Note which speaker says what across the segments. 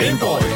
Speaker 1: Gameboys.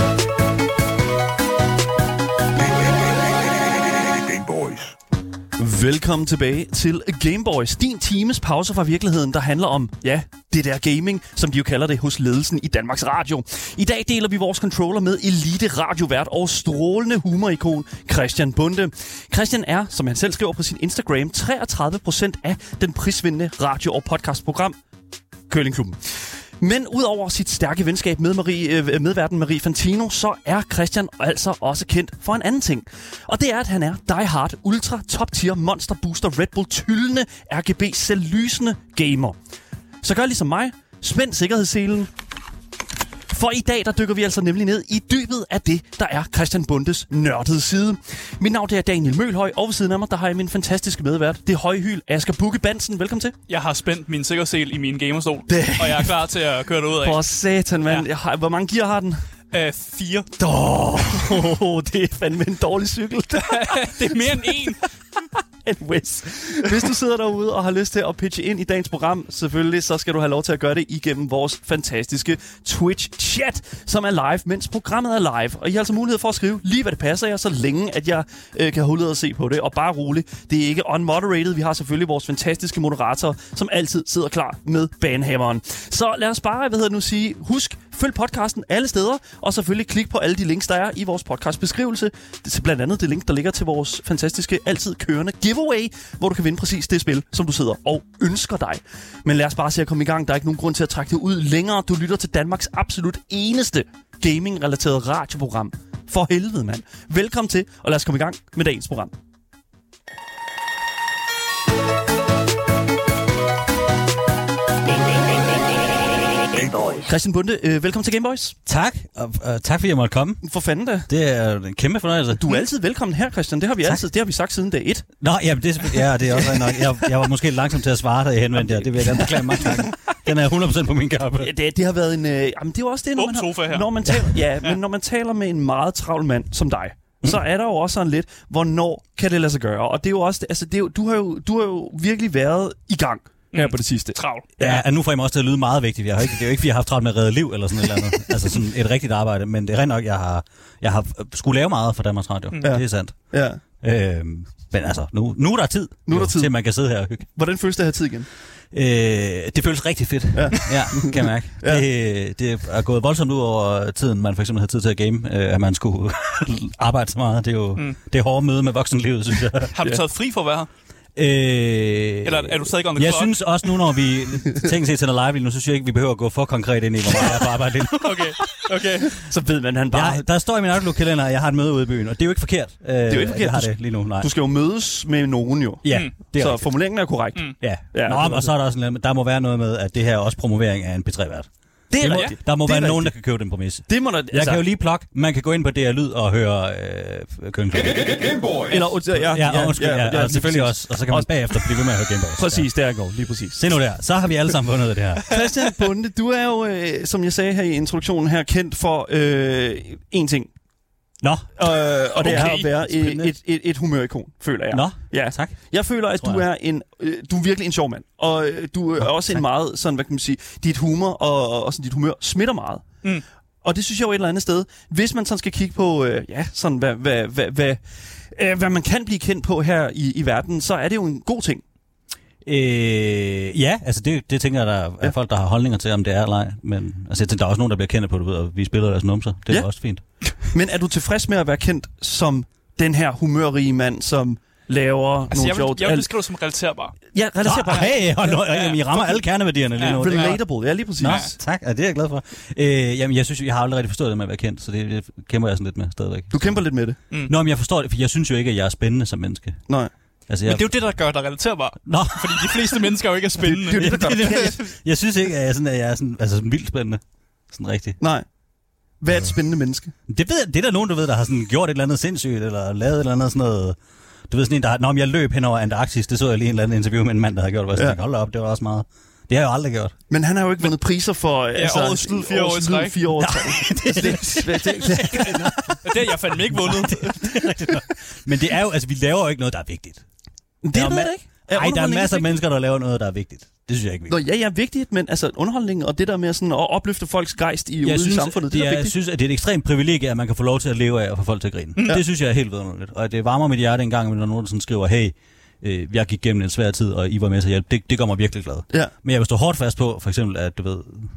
Speaker 2: Velkommen tilbage til Gameboys, din times pause fra virkeligheden, der handler om, ja, det der gaming, som de jo kalder det hos ledelsen i Danmarks Radio. I dag deler vi vores controller med elite radiovært og strålende humorikon Christian Bonde. Christian er, som han selv skriver på sin Instagram, 33% af den prisvindende radio- og podcastprogram Curlingklubben. Men udover sit stærke venskab med medværten Marie Fantino, så er Christian altså også kendt for en anden ting. Og det er, at han er Die Hard, ultra, top tier, monster booster, Red Bull, tyllende, RGB, selvlysende gamer. Så gør ligesom mig, spænd sikkerhedsselen. For i dag, der dykker vi altså nemlig ned i dybet af det, der er Christian Bondes nørdede side. Mit navn det er Daniel Mølhøj, og ved siden af mig, der har jeg min fantastiske medvært, det højhyl Asger Bukke Bansen. Velkommen til.
Speaker 3: Jeg har spændt min sikkerhedssel i min gamerstol, og jeg er klar til at køre det ud af.
Speaker 2: For satan, mand. Ja. Hvor mange gear har den?
Speaker 3: 4.
Speaker 2: Det er fandme en dårlig cykel.
Speaker 3: Det er mere end 1.
Speaker 2: Anyways, hvis du sidder derude og har lyst til at pitche ind i dagens program, selvfølgelig, så skal du have lov til at gøre det igennem vores fantastiske Twitch-chat, som er live, mens programmet er live. Og I har altså mulighed for at skrive lige, hvad det passer jer, så længe at jeg kan holde ud og se på det. Og bare roligt, det er ikke unmoderated. Vi har selvfølgelig vores fantastiske moderatorer, som altid sidder klar med banehammeren. Så lad os bare, sige, husk, følg podcasten alle steder, og selvfølgelig klik på alle de links, der er i vores podcastbeskrivelse. Det er blandt andet det link, der ligger til vores fantastiske, altid kørende giveaway, hvor du kan vinde præcis det spil, som du sidder og ønsker dig. Men lad os bare se at komme i gang. Der er ikke nogen grund til at trække det ud længere. Du lytter til Danmarks absolut eneste gaming-relateret radioprogram. For helvede, mand. Velkommen til, og lad os komme i gang med dagens program. Christian Bonde, velkommen til Gameboys.
Speaker 4: Tak, og tak fordi jeg måtte komme.
Speaker 2: For fanden da.
Speaker 4: Det er en kæmpe fornøjelse.
Speaker 2: Du er altid velkommen her, Christian. Det har vi altid. Det har vi sagt siden dag 1.
Speaker 4: Nå, jamen det er også nok. Jeg var måske langsom til at svare dig henvendt der. Det vil jeg gerne beklage mig. Den er 100% på min kappe.
Speaker 2: Det har været en... jamen, det er jo også det, når man taler med en meget travl mand som dig. Så er der jo også sådan lidt, hvornår kan det lade sig gøre? Og det er jo også... Altså, du har jo virkelig været i gang her på det sidste.
Speaker 3: Travlt.
Speaker 4: Ja, og nu får jeg mig også til at lyde meget vigtigt. Det er jo ikke, fordi jeg har haft travlt med at redde liv eller sådan et eller andet. Altså sådan et rigtigt arbejde. Men det er rent nok, jeg har skulle lave meget for Danmarks Radio. Det er sandt.
Speaker 2: Ja.
Speaker 4: Men altså, nu er der tid. Til at man kan sidde her og hygge.
Speaker 2: Hvordan føles det at have tid igen?
Speaker 4: Det føles rigtig fedt. Ja, kan jeg mærke. Ja. Det er gået voldsomt ud over tiden, man for eksempel havde tid til at game, at man skulle arbejde så meget. Det er jo det er hårde møde med voksenlivet, synes jeg.
Speaker 3: Har du taget fri for at være her? Eller er du stadig on the
Speaker 4: clock?
Speaker 3: Jeg
Speaker 4: synes også nu, når vi tænker sig til en live nu, synes jeg ikke, vi behøver at gå for konkret ind i, hvor meget jeg er på arbejde lige nu.
Speaker 2: Okay. Så ved man, han bare...
Speaker 4: Der står i min Outlook-kalender, at jeg har et møde ude i byen, og det er jo ikke forkert.
Speaker 2: Det er jo ikke forkert.
Speaker 4: Jeg har det lige nu, nej.
Speaker 2: Du skal jo mødes med nogen jo.
Speaker 4: Ja, det er
Speaker 2: så
Speaker 4: rigtigt.
Speaker 2: formuleringen er korrekt.
Speaker 4: Ja. Og så er der også der må være noget med, at det her er også promovering af en P3-vært. Der må være nogen, der kan købe den præmis.
Speaker 2: Det må der,
Speaker 4: jeg kan jo lige plukke. Man kan gå ind på DR Lyd og høre Curlingklubben. Eller selvfølgelig også. Og så kan man bagefter blive ved med at høre Gameboys.
Speaker 2: Præcis, der går lige præcis.
Speaker 4: Se nu der. Så har vi alle sammen fundet det her.
Speaker 2: Christian Bonde, du er jo, som jeg sagde her i introduktionen her, kendt for én ting.
Speaker 4: Nå.
Speaker 2: Og det er at være et humørikon, føler jeg.
Speaker 4: Nå,
Speaker 2: ja.
Speaker 4: Tak.
Speaker 2: Jeg føler, at du er virkelig en sjov mand. Og du er også en meget, sådan, hvad kan man sige, dit humor og sådan, dit humør smitter meget. Og det synes jeg jo et eller andet sted. Hvis man sådan skal kigge på, sådan, hvad man kan blive kendt på her i verden, så er det jo en god ting.
Speaker 4: Ja, altså det tænker jeg, der er folk, der har holdninger til, om det er eller ej. Men altså, der er også nogen, der bliver kendt på det, og vi spiller deres numser. Det er også fint.
Speaker 2: Men er du tilfreds med at være kendt som den her humørrige mand, som laver nogle sjovt?
Speaker 3: Jeg vil beskrive det som relaterbar.
Speaker 2: Ja, relaterbar.
Speaker 4: Hey, I rammer alle kerneværdierne lige nu.
Speaker 2: Relatable, ja, lige præcis.
Speaker 4: Nå, tak, det er jeg glad for. Jamen, jeg synes, jeg har aldrig rigtig forstået det med at være kendt, så det kæmper jeg sådan lidt med stadigvæk.
Speaker 2: Du kæmper lidt med det?
Speaker 4: Nå, men jeg forstår det, for jeg synes jo ikke, at jeg er spændende som menneske.
Speaker 2: Nej.
Speaker 4: Altså,
Speaker 3: men det er jo det, der gør dig relaterbar.
Speaker 4: Nå.
Speaker 3: Fordi de fleste mennesker jo ikke er spændende.
Speaker 4: Jeg synes ikke, at jeg er sådan vildt spændende. Sådan rigtigt.
Speaker 2: Nej. Hvad er et spændende menneske?
Speaker 4: Det er der nogen, du ved, der har sådan gjort et eller andet sindssygt, eller lavet et eller andet sådan noget... Du ved sådan en, der har... jeg løb hen over Antarktis, det så jeg lige en eller anden interview med en mand, der havde gjort, hvor jeg sådan, hold op, det var også meget... Det har jeg jo aldrig gjort.
Speaker 2: Men han har jo ikke vundet priser for...
Speaker 3: årets lyd 4 år i træk.
Speaker 2: 4 år i træk.
Speaker 3: Det har jeg fandme ikke vundet.
Speaker 4: Det er rigtigt nok. Men det er jo... Altså, vi laver jo ikke noget, der er vigtigt.
Speaker 2: Det ved jeg ikke.
Speaker 4: Nej, der er masser af mennesker, der laver noget, der er vigtigt. Det synes jeg ikke er vigtigt.
Speaker 2: Nå, ja, vigtigt, men altså underholdning og det der med sådan at opløfte folks gejst ude i samfundet, det er vigtigt.
Speaker 4: Jeg synes, at det er et ekstremt privilegie, at man kan få lov til at leve af og få folk til at grine. Ja. Det synes jeg er helt vidunderligt. Og det varmer mit hjerte en gang, når nogen sådan skriver, hey, jeg gik gennem en svær tid, og I var med til at hjælpe. Det gør mig virkelig glad. Ja. Men jeg vil stå hårdt fast på, for eksempel, at du ved,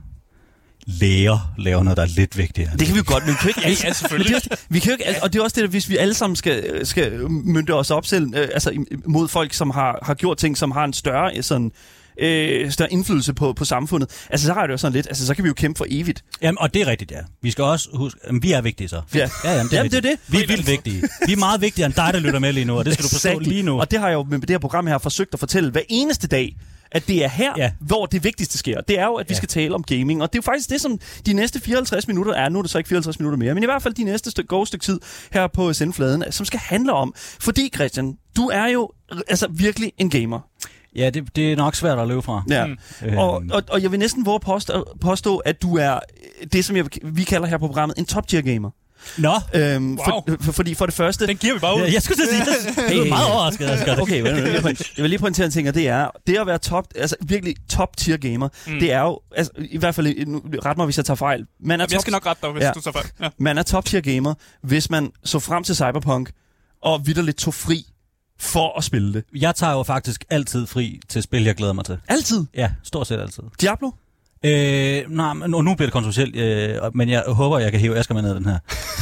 Speaker 4: læger laver noget, der er lidt vigtigere.
Speaker 2: Det kan vi jo godt, men vi kan ikke alle,
Speaker 3: ja, selvfølgelig.
Speaker 2: Vi kan jo ikke, og det er også det, hvis vi alle sammen skal mønte os op selv, altså mod folk, som har gjort ting, som har en større sådan større indflydelse på samfundet. Altså, så har det jo sådan lidt, altså, så kan vi jo kæmpe for evigt.
Speaker 4: Jamen, og det er rigtigt, ja. Vi skal også huske, vi er vigtige så.
Speaker 2: Ja,
Speaker 4: jamen, det er det. Vi er vildt vigtige. Vi er meget vigtigere end dig, der lytter med lige nu, og det skal du forstå lige nu.
Speaker 2: Og det har jeg jo med det her program her forsøgt at fortælle hver eneste dag, at det er her, hvor det vigtigste sker. Det er jo, at vi skal tale om gaming, og det er jo faktisk det, som de næste 54 minutter er. Nu er det så ikke 54 minutter mere, men i hvert fald de næste gode stykke tid her på sendefladen, som skal handle om. Fordi, Christian, du er jo altså virkelig en gamer.
Speaker 4: Ja, det er nok svært at løbe fra.
Speaker 2: Ja. Og jeg vil næsten våge påstå, at du er det, som vi kalder her på programmet, en top-tier gamer.
Speaker 4: Nå,
Speaker 2: fordi for det første...
Speaker 3: Den giver vi bare ud.
Speaker 4: Jeg skulle sige, det er meget overrasket.
Speaker 2: Okay, jeg vil lige pointere en ting, og det er, det at være virkelig top-tier gamer, det er jo, altså, i hvert fald, ret mig, hvis jeg tager fejl.
Speaker 3: Jeg skal nok rette dig, hvis du tager fejl. Ja.
Speaker 2: Man er top-tier gamer, hvis man så frem til Cyberpunk, og vitterligt tog fri for at spille det.
Speaker 4: Jeg tager jo faktisk altid fri til spil, jeg glæder mig til.
Speaker 2: Altid?
Speaker 4: Ja, stort set altid.
Speaker 2: Diablo?
Speaker 4: Nej, nu bliver det kontroversielt, men jeg håber, jeg kan hive Asger med ned den her.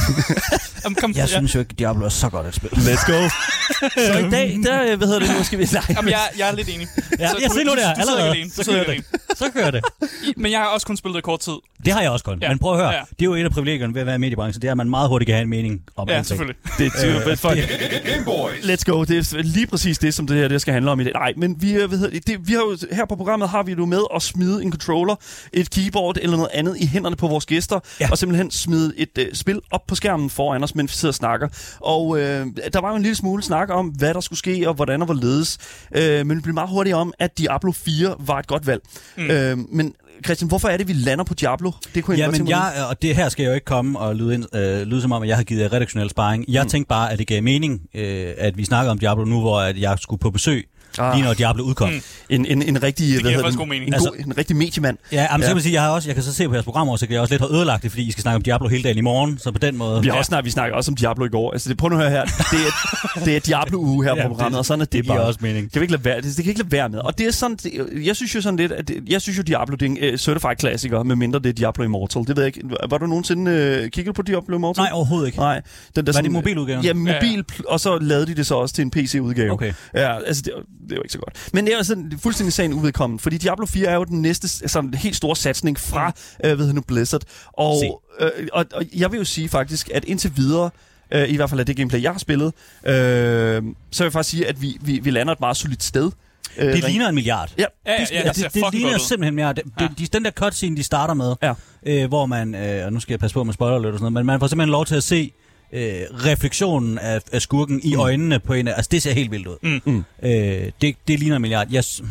Speaker 4: Jeg synes jo ikke, Diablo er så godt et spil.
Speaker 2: Let's go. Så i dag, nu skal vi...
Speaker 3: Jamen, jeg er lidt enig.
Speaker 4: Ja, jeg ser nu der, allerede. Så kører det.
Speaker 3: Men jeg har også kun spillet det kort tid.
Speaker 4: Det har jeg også kun. Men prøv at høre, det er jo et af privilegierne ved at være i mediebranchen, det er, at man meget hurtigt kan have en mening om
Speaker 3: ja, selvfølgelig.
Speaker 2: Det er Let's go. Det er lige præcis det, som det her skal handle om i dag. Nej, men vi har jo her på programmet har vi jo med at smide en controller, et keyboard eller noget andet i hænderne på vores gæster, og simpelthen smide et spil op på skærmen foran os, mens vi sidder og snakker. Og der var jo en lille smule snak om, hvad der skulle ske, og hvordan og hvorledes. Men vi blev meget hurtigt om, at Diablo 4 var et godt valg. Men Christian, hvorfor er det, vi lander på Diablo? Det kunne
Speaker 4: og det her skal jo ikke komme og lyde som om, at jeg har givet redaktionel sparring. Jeg tænkte bare, at det gav mening, at vi snakker om Diablo nu, hvor at jeg skulle på besøg. Lige når Diablo udkom.
Speaker 3: det
Speaker 2: En rigtig
Speaker 3: giver faktisk god mening.
Speaker 2: En rigtig mediemand.
Speaker 4: Ja, men så kan man sige, jeg kan så se på jeres program også, så kan jeg også lidt have ødelagt det, fordi I skal snakke om Diablo hele dagen i morgen, så på den måde.
Speaker 2: Vi snakker også om Diablo i går. Altså, prøv nu at høre her. Det er Diablo-uge her på programmet, og sådan er det bare.
Speaker 4: Også mening.
Speaker 2: Det kan ikke lade være med. Og det er sådan, jeg synes jo sådan lidt, at jeg synes jo Diablo det er en certified klassiker, med mindre det er Diablo Immortal. Det ved jeg ikke. Var du nogensinde kigget på Diablo Immortal?
Speaker 4: Nej, overhovedet ikke.
Speaker 2: Nej.
Speaker 4: Var det mobiludgaven?
Speaker 2: Ja, mobil, og så lavede de det så også til en PC-udgave.
Speaker 4: Okay.
Speaker 2: Ja, altså det er jo ikke så godt. Men det er sådan fuldstændig sagen uvedkommende, fordi Diablo 4 er jo den næste sådan helt store satsning fra Blizzard. Og jeg vil jo sige faktisk, at indtil videre, i hvert fald af det gameplay, jeg har spillet, så vil jeg faktisk sige, at vi lander et meget solidt sted.
Speaker 4: Det ligner en milliard.
Speaker 2: Ja,
Speaker 4: det ligner simpelthen en milliard. Den der cutscene, de starter med, hvor man, og nu skal jeg passe på med spoiler lidt og sådan noget, men man får simpelthen lov til at se refleksionen af skurken i øjnene på en af... Altså, det ser helt vildt ud. Det ligner en milliard. Det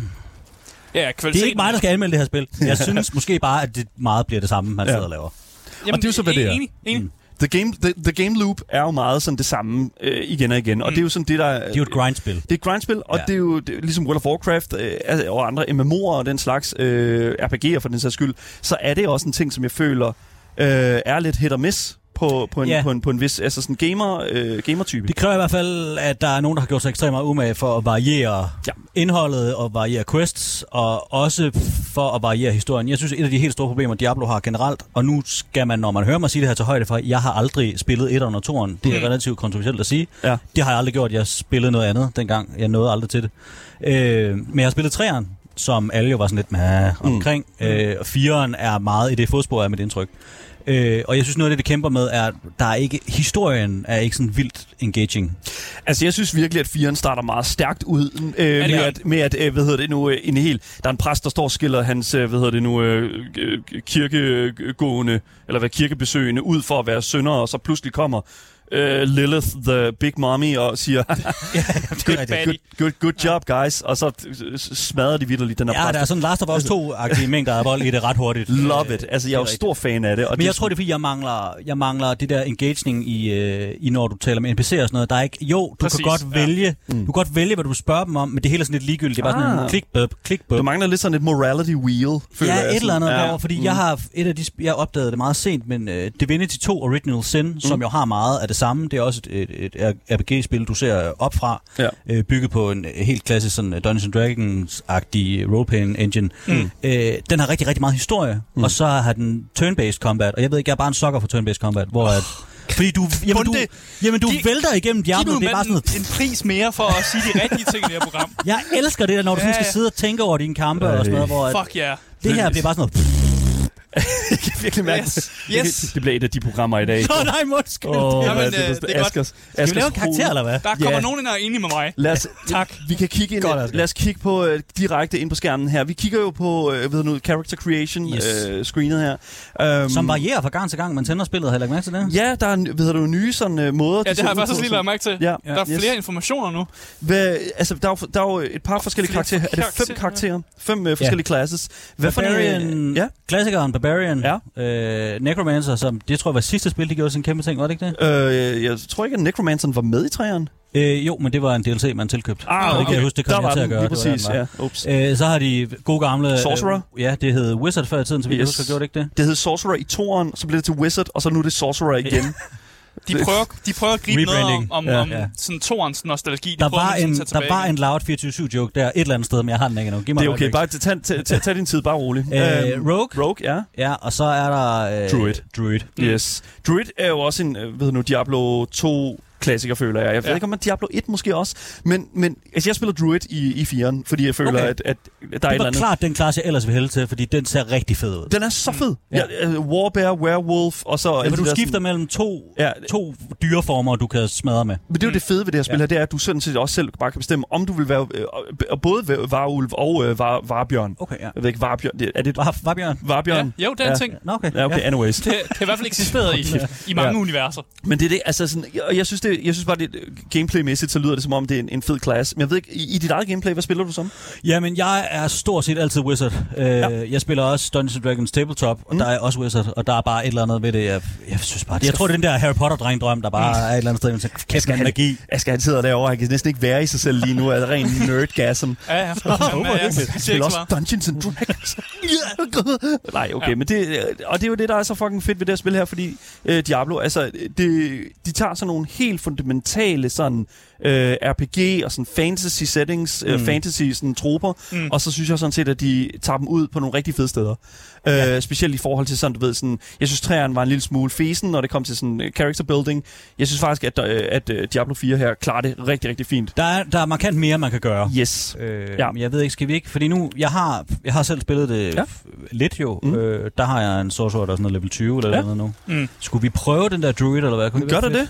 Speaker 4: er ikke mig, der skal anmelde det her spil. Jeg synes måske bare, at det meget bliver det samme, man sidder og laver.
Speaker 3: Jamen,
Speaker 2: og det er jo så, hvad det er.
Speaker 3: Enig.
Speaker 2: The game loop er jo meget sådan det samme igen og igen, og det er jo sådan det, der...
Speaker 4: Det er jo et grindspil.
Speaker 2: Det er et grindspil, og det er jo ligesom World of Warcraft og andre MMO'er og den slags RPG'er for den sags skyld, så er det også en ting, som jeg føler er lidt hit og miss på en vis altså sådan gamer-type.
Speaker 4: Det kræver i hvert fald, at der er nogen, der har gjort sig ekstremt meget umage for at variere indholdet og variere quests, og også for at variere historien. Jeg synes, et af de helt store problemer, Diablo har generelt, og nu skal man, når man hører mig sige det her, til højde for, jeg har aldrig spillet 1'eren og 2'eren. Det er relativt kontroversielt at sige. Ja. Det har jeg aldrig gjort. Jeg spillede noget andet dengang. Jeg nåede aldrig til det. Men jeg har spillet 3'eren, som alle jo var sådan lidt omkring. Og 4'eren er meget i det fodspor af mit indtryk. Og jeg synes, noget af det kæmper med, er, at historien er ikke sådan vildt engaging.
Speaker 2: Altså, jeg synes virkelig, at 4'eren starter meget stærkt ud med at der er en præst, der står og skiller hans, kirkegående, eller kirkebesøgende ud for at være syndere, og så pludselig kommer Lilith, the big mommy, og siger, good job, guys. Og så smadrer de vitterligt den her præst.
Speaker 4: Ja, der er sådan Last of Us 2-agtige mængder af vold i det ret hurtigt.
Speaker 2: Love it. Altså, jeg er jo stor fan af det. Og
Speaker 4: men jeg tror, det er, fordi jeg mangler det der engaging i når du taler med NPC'er og sådan noget. Der er ikke, du kan godt vælge, du kan godt vælge, hvad du vil spørge dem om, men det hele er sådan lidt ligegyldigt. Det er bare sådan en klik.
Speaker 2: Du mangler lidt sådan et morality wheel, føler jeg.
Speaker 4: Ja, et eller andet over, fordi jeg har jeg opdagede det meget sent, men Divinity 2 Original Sin, som jo har meget af det samme, det er også et RPG-spil, du ser op fra, bygget på en helt klassisk sådan Dungeons & Dragons-agtig roleplaying engine. Den har rigtig, rigtig meget historie, og så har den turn-based combat, og jeg ved ikke, jeg er bare en sucker for turn-based combat, hvor fordi du vælter igennem Diablo, det er bare sådan noget.
Speaker 3: En pris mere for at sige de rigtige ting i det her program.
Speaker 4: Jeg elsker det der, når du sådan skal sidde og tænke over dine kampe og sådan noget, hvor
Speaker 3: fuck yeah.
Speaker 4: Det her bliver bare sådan noget.
Speaker 2: Jeg kan virkelig mærke det bliver et af de programmer i dag.
Speaker 4: Nej, måske.
Speaker 3: Det er godt.
Speaker 4: Skal vi lave en karakter, eller hvad?
Speaker 3: Der kommer nogen ind og er enige med mig. Tak.
Speaker 2: Vi kan kigge ind. Lad os kigge på direkte ind på skærmen her. Vi kigger jo på character creation screenet her.
Speaker 4: Som varierer fra gang til gang. Man tænder spillet, har jeg lagt mærke til det?
Speaker 2: Ja, der er nye sådan måder.
Speaker 3: Ja, det har jeg faktisk lige lagt mærke til. Ja. Der er flere informationer nu.
Speaker 2: Altså, der er jo et par forskellige karakterer. Er det 5 karakterer? 5 forskellige classes.
Speaker 4: Hvad for en? Klassikeren Barbarian, Necromancer, som det tror jeg var sidste spil, de gjorde sin kæmpe ting, var det ikke
Speaker 2: det? Jeg tror ikke, at Necromanceren var med i 3'eren.
Speaker 4: Jo, men det var en DLC, man tilkøbte.
Speaker 2: Okay.
Speaker 4: Jeg huske, det kom jeg til at gøre.
Speaker 2: Præcis,
Speaker 4: så har de gode gamle...
Speaker 2: Sorcerer?
Speaker 4: Ja, det hed Wizard før i tiden, så vi husker, gjorde det ikke det?
Speaker 2: Det hed Sorcerer i 2'eren, så blev det til Wizard, og så nu er det Sorcerer igen.
Speaker 3: De prøver at gribe noget om sådan toerens nostalgi.
Speaker 4: Der var en Loud 24/7-joke der et eller andet sted, men jeg har den ikke endnu.
Speaker 2: Det er okay, bare tag din tid, bare rolig.
Speaker 4: Rogue,
Speaker 2: ja.
Speaker 4: Og så er der... Druid.
Speaker 2: Yes. Druid er jo også en, Diablo 2... klassiker, føler jeg. Jeg ved ikke, om man Diablo 1 måske også, men altså, jeg spiller Druid i 4'eren, fordi jeg føler, at der er et eller andet...
Speaker 4: Det var klart den klasse, jeg ellers vil hælde til, fordi den ser rigtig fed ud.
Speaker 2: Den er så fed. Warbear, Werewolf, og så...
Speaker 4: men du skifter mellem to dyreformer, du kan smadre med.
Speaker 2: Men det er jo det fede ved det her spil her, det er, at du sådan set også selv bare kan bestemme, om du vil være både varulv og varbjørn.
Speaker 4: Okay, ja.
Speaker 2: Jeg ved ikke, varbjørn... Er det
Speaker 4: varbjørn?
Speaker 2: Varbjørn?
Speaker 3: Ja, jo, det er en ting.
Speaker 2: Okay, anyways.
Speaker 3: Det har i hvert fald eksisteret i mange universer.
Speaker 2: Men det er det, altså sådan... Og jeg synes bare, det gameplaymæssigt, så lyder det som om, det er en fed class. Men jeg ved ikke, i dit eget gameplay, hvad spiller du som?
Speaker 4: Jamen, jeg er stort set altid Wizard. Jeg spiller også Dungeons & Dragons Tabletop, og der er også Wizard, og der er bare et eller andet ved det. Jeg synes bare, jeg tror, det er den der Harry Potter-drengdrøm, der bare er et eller andet sted, med kæft med magi.
Speaker 2: Han sidder derovre, han kan næsten ikke være i sig selv lige nu, er det ren nerdgasm.
Speaker 3: Ja.
Speaker 2: Han spiller også Dungeons & Dragons. Nej, okay, men det er jo det, der er så fucking fedt ved det her spil her, fordi Diablo, altså, de tager sådan nogle helt fundamentale sådan RPG og sådan fantasy settings, fantasy sådan troper, og så synes jeg sådan set, at de tager dem ud på nogle rigtig fede steder. Specielt i forhold til sådan, du ved, sådan, jeg synes 3'eren var en lille smule fesen, når det kom til sådan character building. Jeg synes faktisk, at Diablo 4 her klarer det rigtig, rigtig fint.
Speaker 4: Der er markant mere, man kan gøre.
Speaker 2: Yes.
Speaker 4: Jeg ved ikke, skal vi ikke? Fordi nu, jeg har selv spillet det lidt jo. Der har jeg en sorcerer, der er sådan noget level 20 eller noget nu. Skulle vi prøve den der druid, eller hvad?
Speaker 2: Gør det?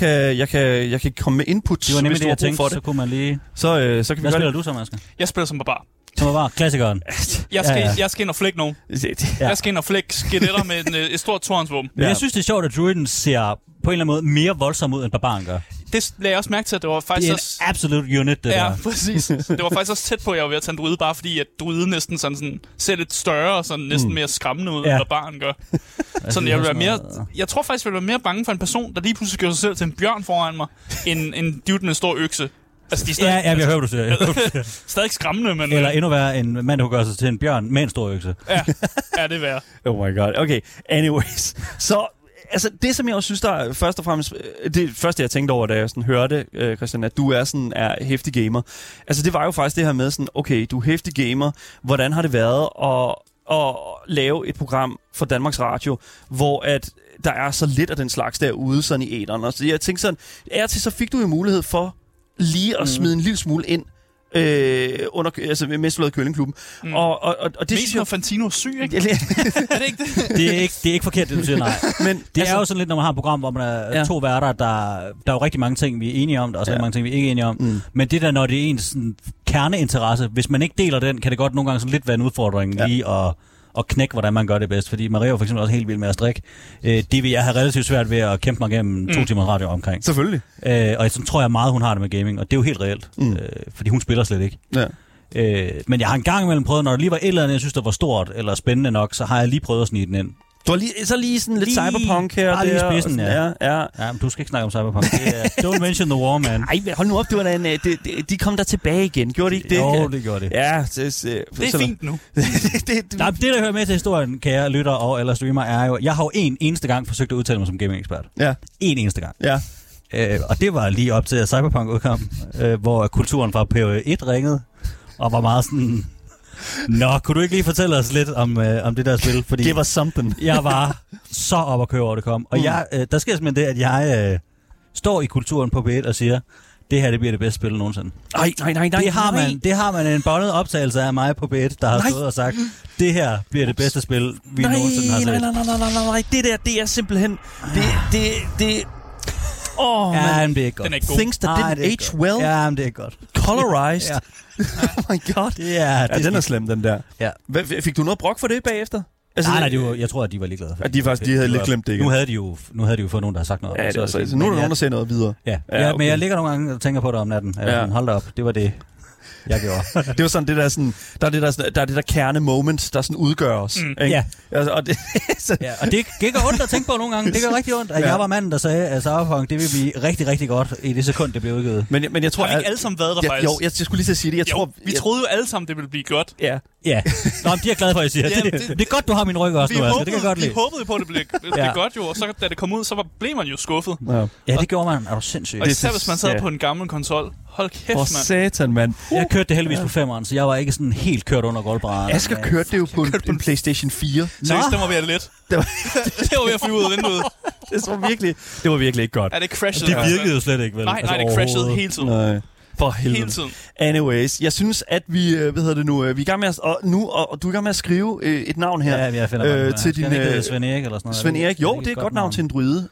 Speaker 2: Jeg kan komme med input.
Speaker 4: Det var nemlig det, jeg tænkte, så kunne man lige...
Speaker 2: Så kan vi
Speaker 4: hvad spiller du som, Asger?
Speaker 3: Jeg spiller som barbar.
Speaker 4: Som barbar? Klassikeren?
Speaker 3: Jeg skal ind og flække nogen. Jeg skal ind og flække skeletter med et stort tornsvåben.
Speaker 4: Men jeg synes, det er sjovt, at druiden ser på en eller anden måde mere voldsom ud, end barbaren gør.
Speaker 3: Det lagde jeg også mærke til, at det var faktisk
Speaker 4: det er en absolute unit, det der.
Speaker 3: Ja, præcis. Det var faktisk også tæt på, at jeg var ved at tage en druide, bare fordi at druiden næsten sådan ser lidt større og sådan næsten mere skræmmende ud, end barbaren gør. Sådan, jeg vil være mere... Jeg tror faktisk, jeg vil være mere bange for en person, der lige pludselig gør sig selv til en bjørn foran mig, end en dude med en stor økse. Altså, de stadig,
Speaker 4: jeg hører, du siger.
Speaker 3: Stadig skræmmende, men...
Speaker 4: Eller endnu værre, en mand, der gør sig til en bjørn med en stor økse.
Speaker 3: Ja, det er værre.
Speaker 2: Oh my god. Okay, anyways. Så... Altså, det som jeg også synes, der er først og fremmest... Det første, jeg tænkte over, da jeg sådan hørte, Christian, at du er hæftig gamer. Altså, det var jo faktisk det her med sådan, okay, du er hæftig gamer. Hvordan har det været at lave et program for Danmarks Radio, hvor at der er så lidt af den slags derude, sådan i æteren. Og så jeg tænkte sådan, så fik du jo mulighed for lige at smide en lille smule ind, mens du lavede Køllingklubben. Og det
Speaker 3: mest når Fantino er syg, ikke? Er det ikke det?
Speaker 4: Det er ikke forkert, det du siger, nej. Men det er jo sådan lidt, når man har et program, hvor man er to værter, der er jo rigtig mange ting, vi er enige om, og så er mange ting, vi er ikke enige om. Men det der, når det er ens sådan, kerneinteresse, hvis man ikke deler den, kan det godt nogle gange sådan lidt være en udfordring lige at knække, hvordan man gør det bedst. Fordi Maria var for eksempel også helt vild med at strikke. Det vil jeg have relativt svært ved at kæmpe mig gennem 2 timers radio omkring.
Speaker 2: Selvfølgelig.
Speaker 4: Og sådan tror jeg meget, hun har det med gaming, og det er jo helt reelt. Fordi hun spiller slet ikke.
Speaker 2: Ja.
Speaker 4: Men jeg har en gang imellem prøvet, når der lige var et eller andet, jeg synes, der var stort eller spændende nok, så har jeg lige prøvet at snige den ind.
Speaker 2: Du har lige sådan lidt cyberpunk her.
Speaker 4: Bare lige i spidsen,
Speaker 2: ja.
Speaker 4: Men du skal ikke snakke om cyberpunk. Don't mention the war, man.
Speaker 2: Ej, hold nu op, de kom der tilbage igen. Gjorde de ikke det?
Speaker 4: Jo, det gjorde det.
Speaker 2: Ja,
Speaker 3: det er fint nu.
Speaker 4: det, der hører med til historien, kære lytter og eller streamer, er jo, jeg har jo en eneste gang forsøgt at udtale mig som gaming-ekspert.
Speaker 2: Ja.
Speaker 4: En eneste gang.
Speaker 2: Ja.
Speaker 4: Og det var lige op til, at Cyberpunk udkom, hvor kulturen fra PO1 ringede, og var meget sådan... Nå, kunne du ikke lige fortælle os lidt om det der spil? Fordi
Speaker 2: det var something.
Speaker 4: Jeg var så op at køre over det kom. Og der sker simpelthen det, at jeg står i kulturen på P1 og siger, det her det bliver det bedste spil nogensinde.
Speaker 2: Nej.
Speaker 4: Det har man en båndet optagelse af mig på P1, der har stået og sagt, det her bliver det bedste spil, vi nogensinde har set.
Speaker 2: Nej. Det er simpelthen... Det
Speaker 4: ja, men det er ikke godt.
Speaker 3: Den er ikke god.
Speaker 2: Things that didn't age well.
Speaker 4: Ja, men det er ikke godt.
Speaker 2: Colorized. Oh my god.
Speaker 4: Ja,
Speaker 2: den er slem, den der.
Speaker 4: Ja.
Speaker 2: Fik du noget brok for det bagefter?
Speaker 4: Altså, nej, jeg tror, at de var ligeglade.
Speaker 2: De havde lidt glemt det igen.
Speaker 4: Nu havde de jo fået nogen, der har sagt noget.
Speaker 2: Ja, det var så nu er der nogen, der ser noget videre.
Speaker 4: Ja, okay. Men jeg ligger nogle gange og tænker på det om natten. Hold da op, det var det, jeg gjorde.
Speaker 2: Det var sådan det der sådan, der er det der kerne moment, der sådan udgør os. Ikke?
Speaker 4: Ja.
Speaker 2: Altså, og det
Speaker 4: gør ondt at tænke på nogle gange. Det gør rigtig ondt, at jeg var manden, der sagde, at Cyberpunk, det vil blive rigtig, rigtig godt i det sekund, det blev udgivet.
Speaker 2: Men jeg tror,
Speaker 3: har vi ikke alle sammen været der faktisk?
Speaker 2: Jo, jeg skulle lige til at sige det.
Speaker 3: Vi troede jo alle sammen, det ville blive godt.
Speaker 2: Ja.
Speaker 4: Nå, men de er glade for, at jeg siger. Det er godt, du har min ryg også nu. Det kan jeg godt lide.
Speaker 3: Vi håbede på, at det blev godt jo, og så da det kom ud, så blev man jo skuffet.
Speaker 4: Ja, det gjorde man. Er du sindssygt?
Speaker 3: Og især hvis man sad på en gammel konsol. Hold kæft, mand.
Speaker 2: Satan, mand.
Speaker 4: Jeg kørte det heldigvis på 5'eren, så jeg var ikke sådan helt kørt under gulvbrædderne.
Speaker 2: Asger kørte det jo på en PlayStation 4.
Speaker 3: Seriøst, det var ved at lidt. Det var ved at flyve ud af vinduet.
Speaker 2: Det var virkelig ikke godt.
Speaker 3: Ja, det crashede.
Speaker 4: Det virkede jo slet ikke, vel?
Speaker 3: Nej, det crashede hele tiden.
Speaker 2: Nej. For helvede.
Speaker 3: Hele tiden.
Speaker 2: Anyways, jeg synes, at vi, vi er i gang med at, og du er i gang med at skrive et navn her.
Speaker 4: Ja, jeg finder
Speaker 2: til din
Speaker 4: Svend Erik eller sådan noget.
Speaker 2: Svend Erik, jo, det er et godt navn til en druide.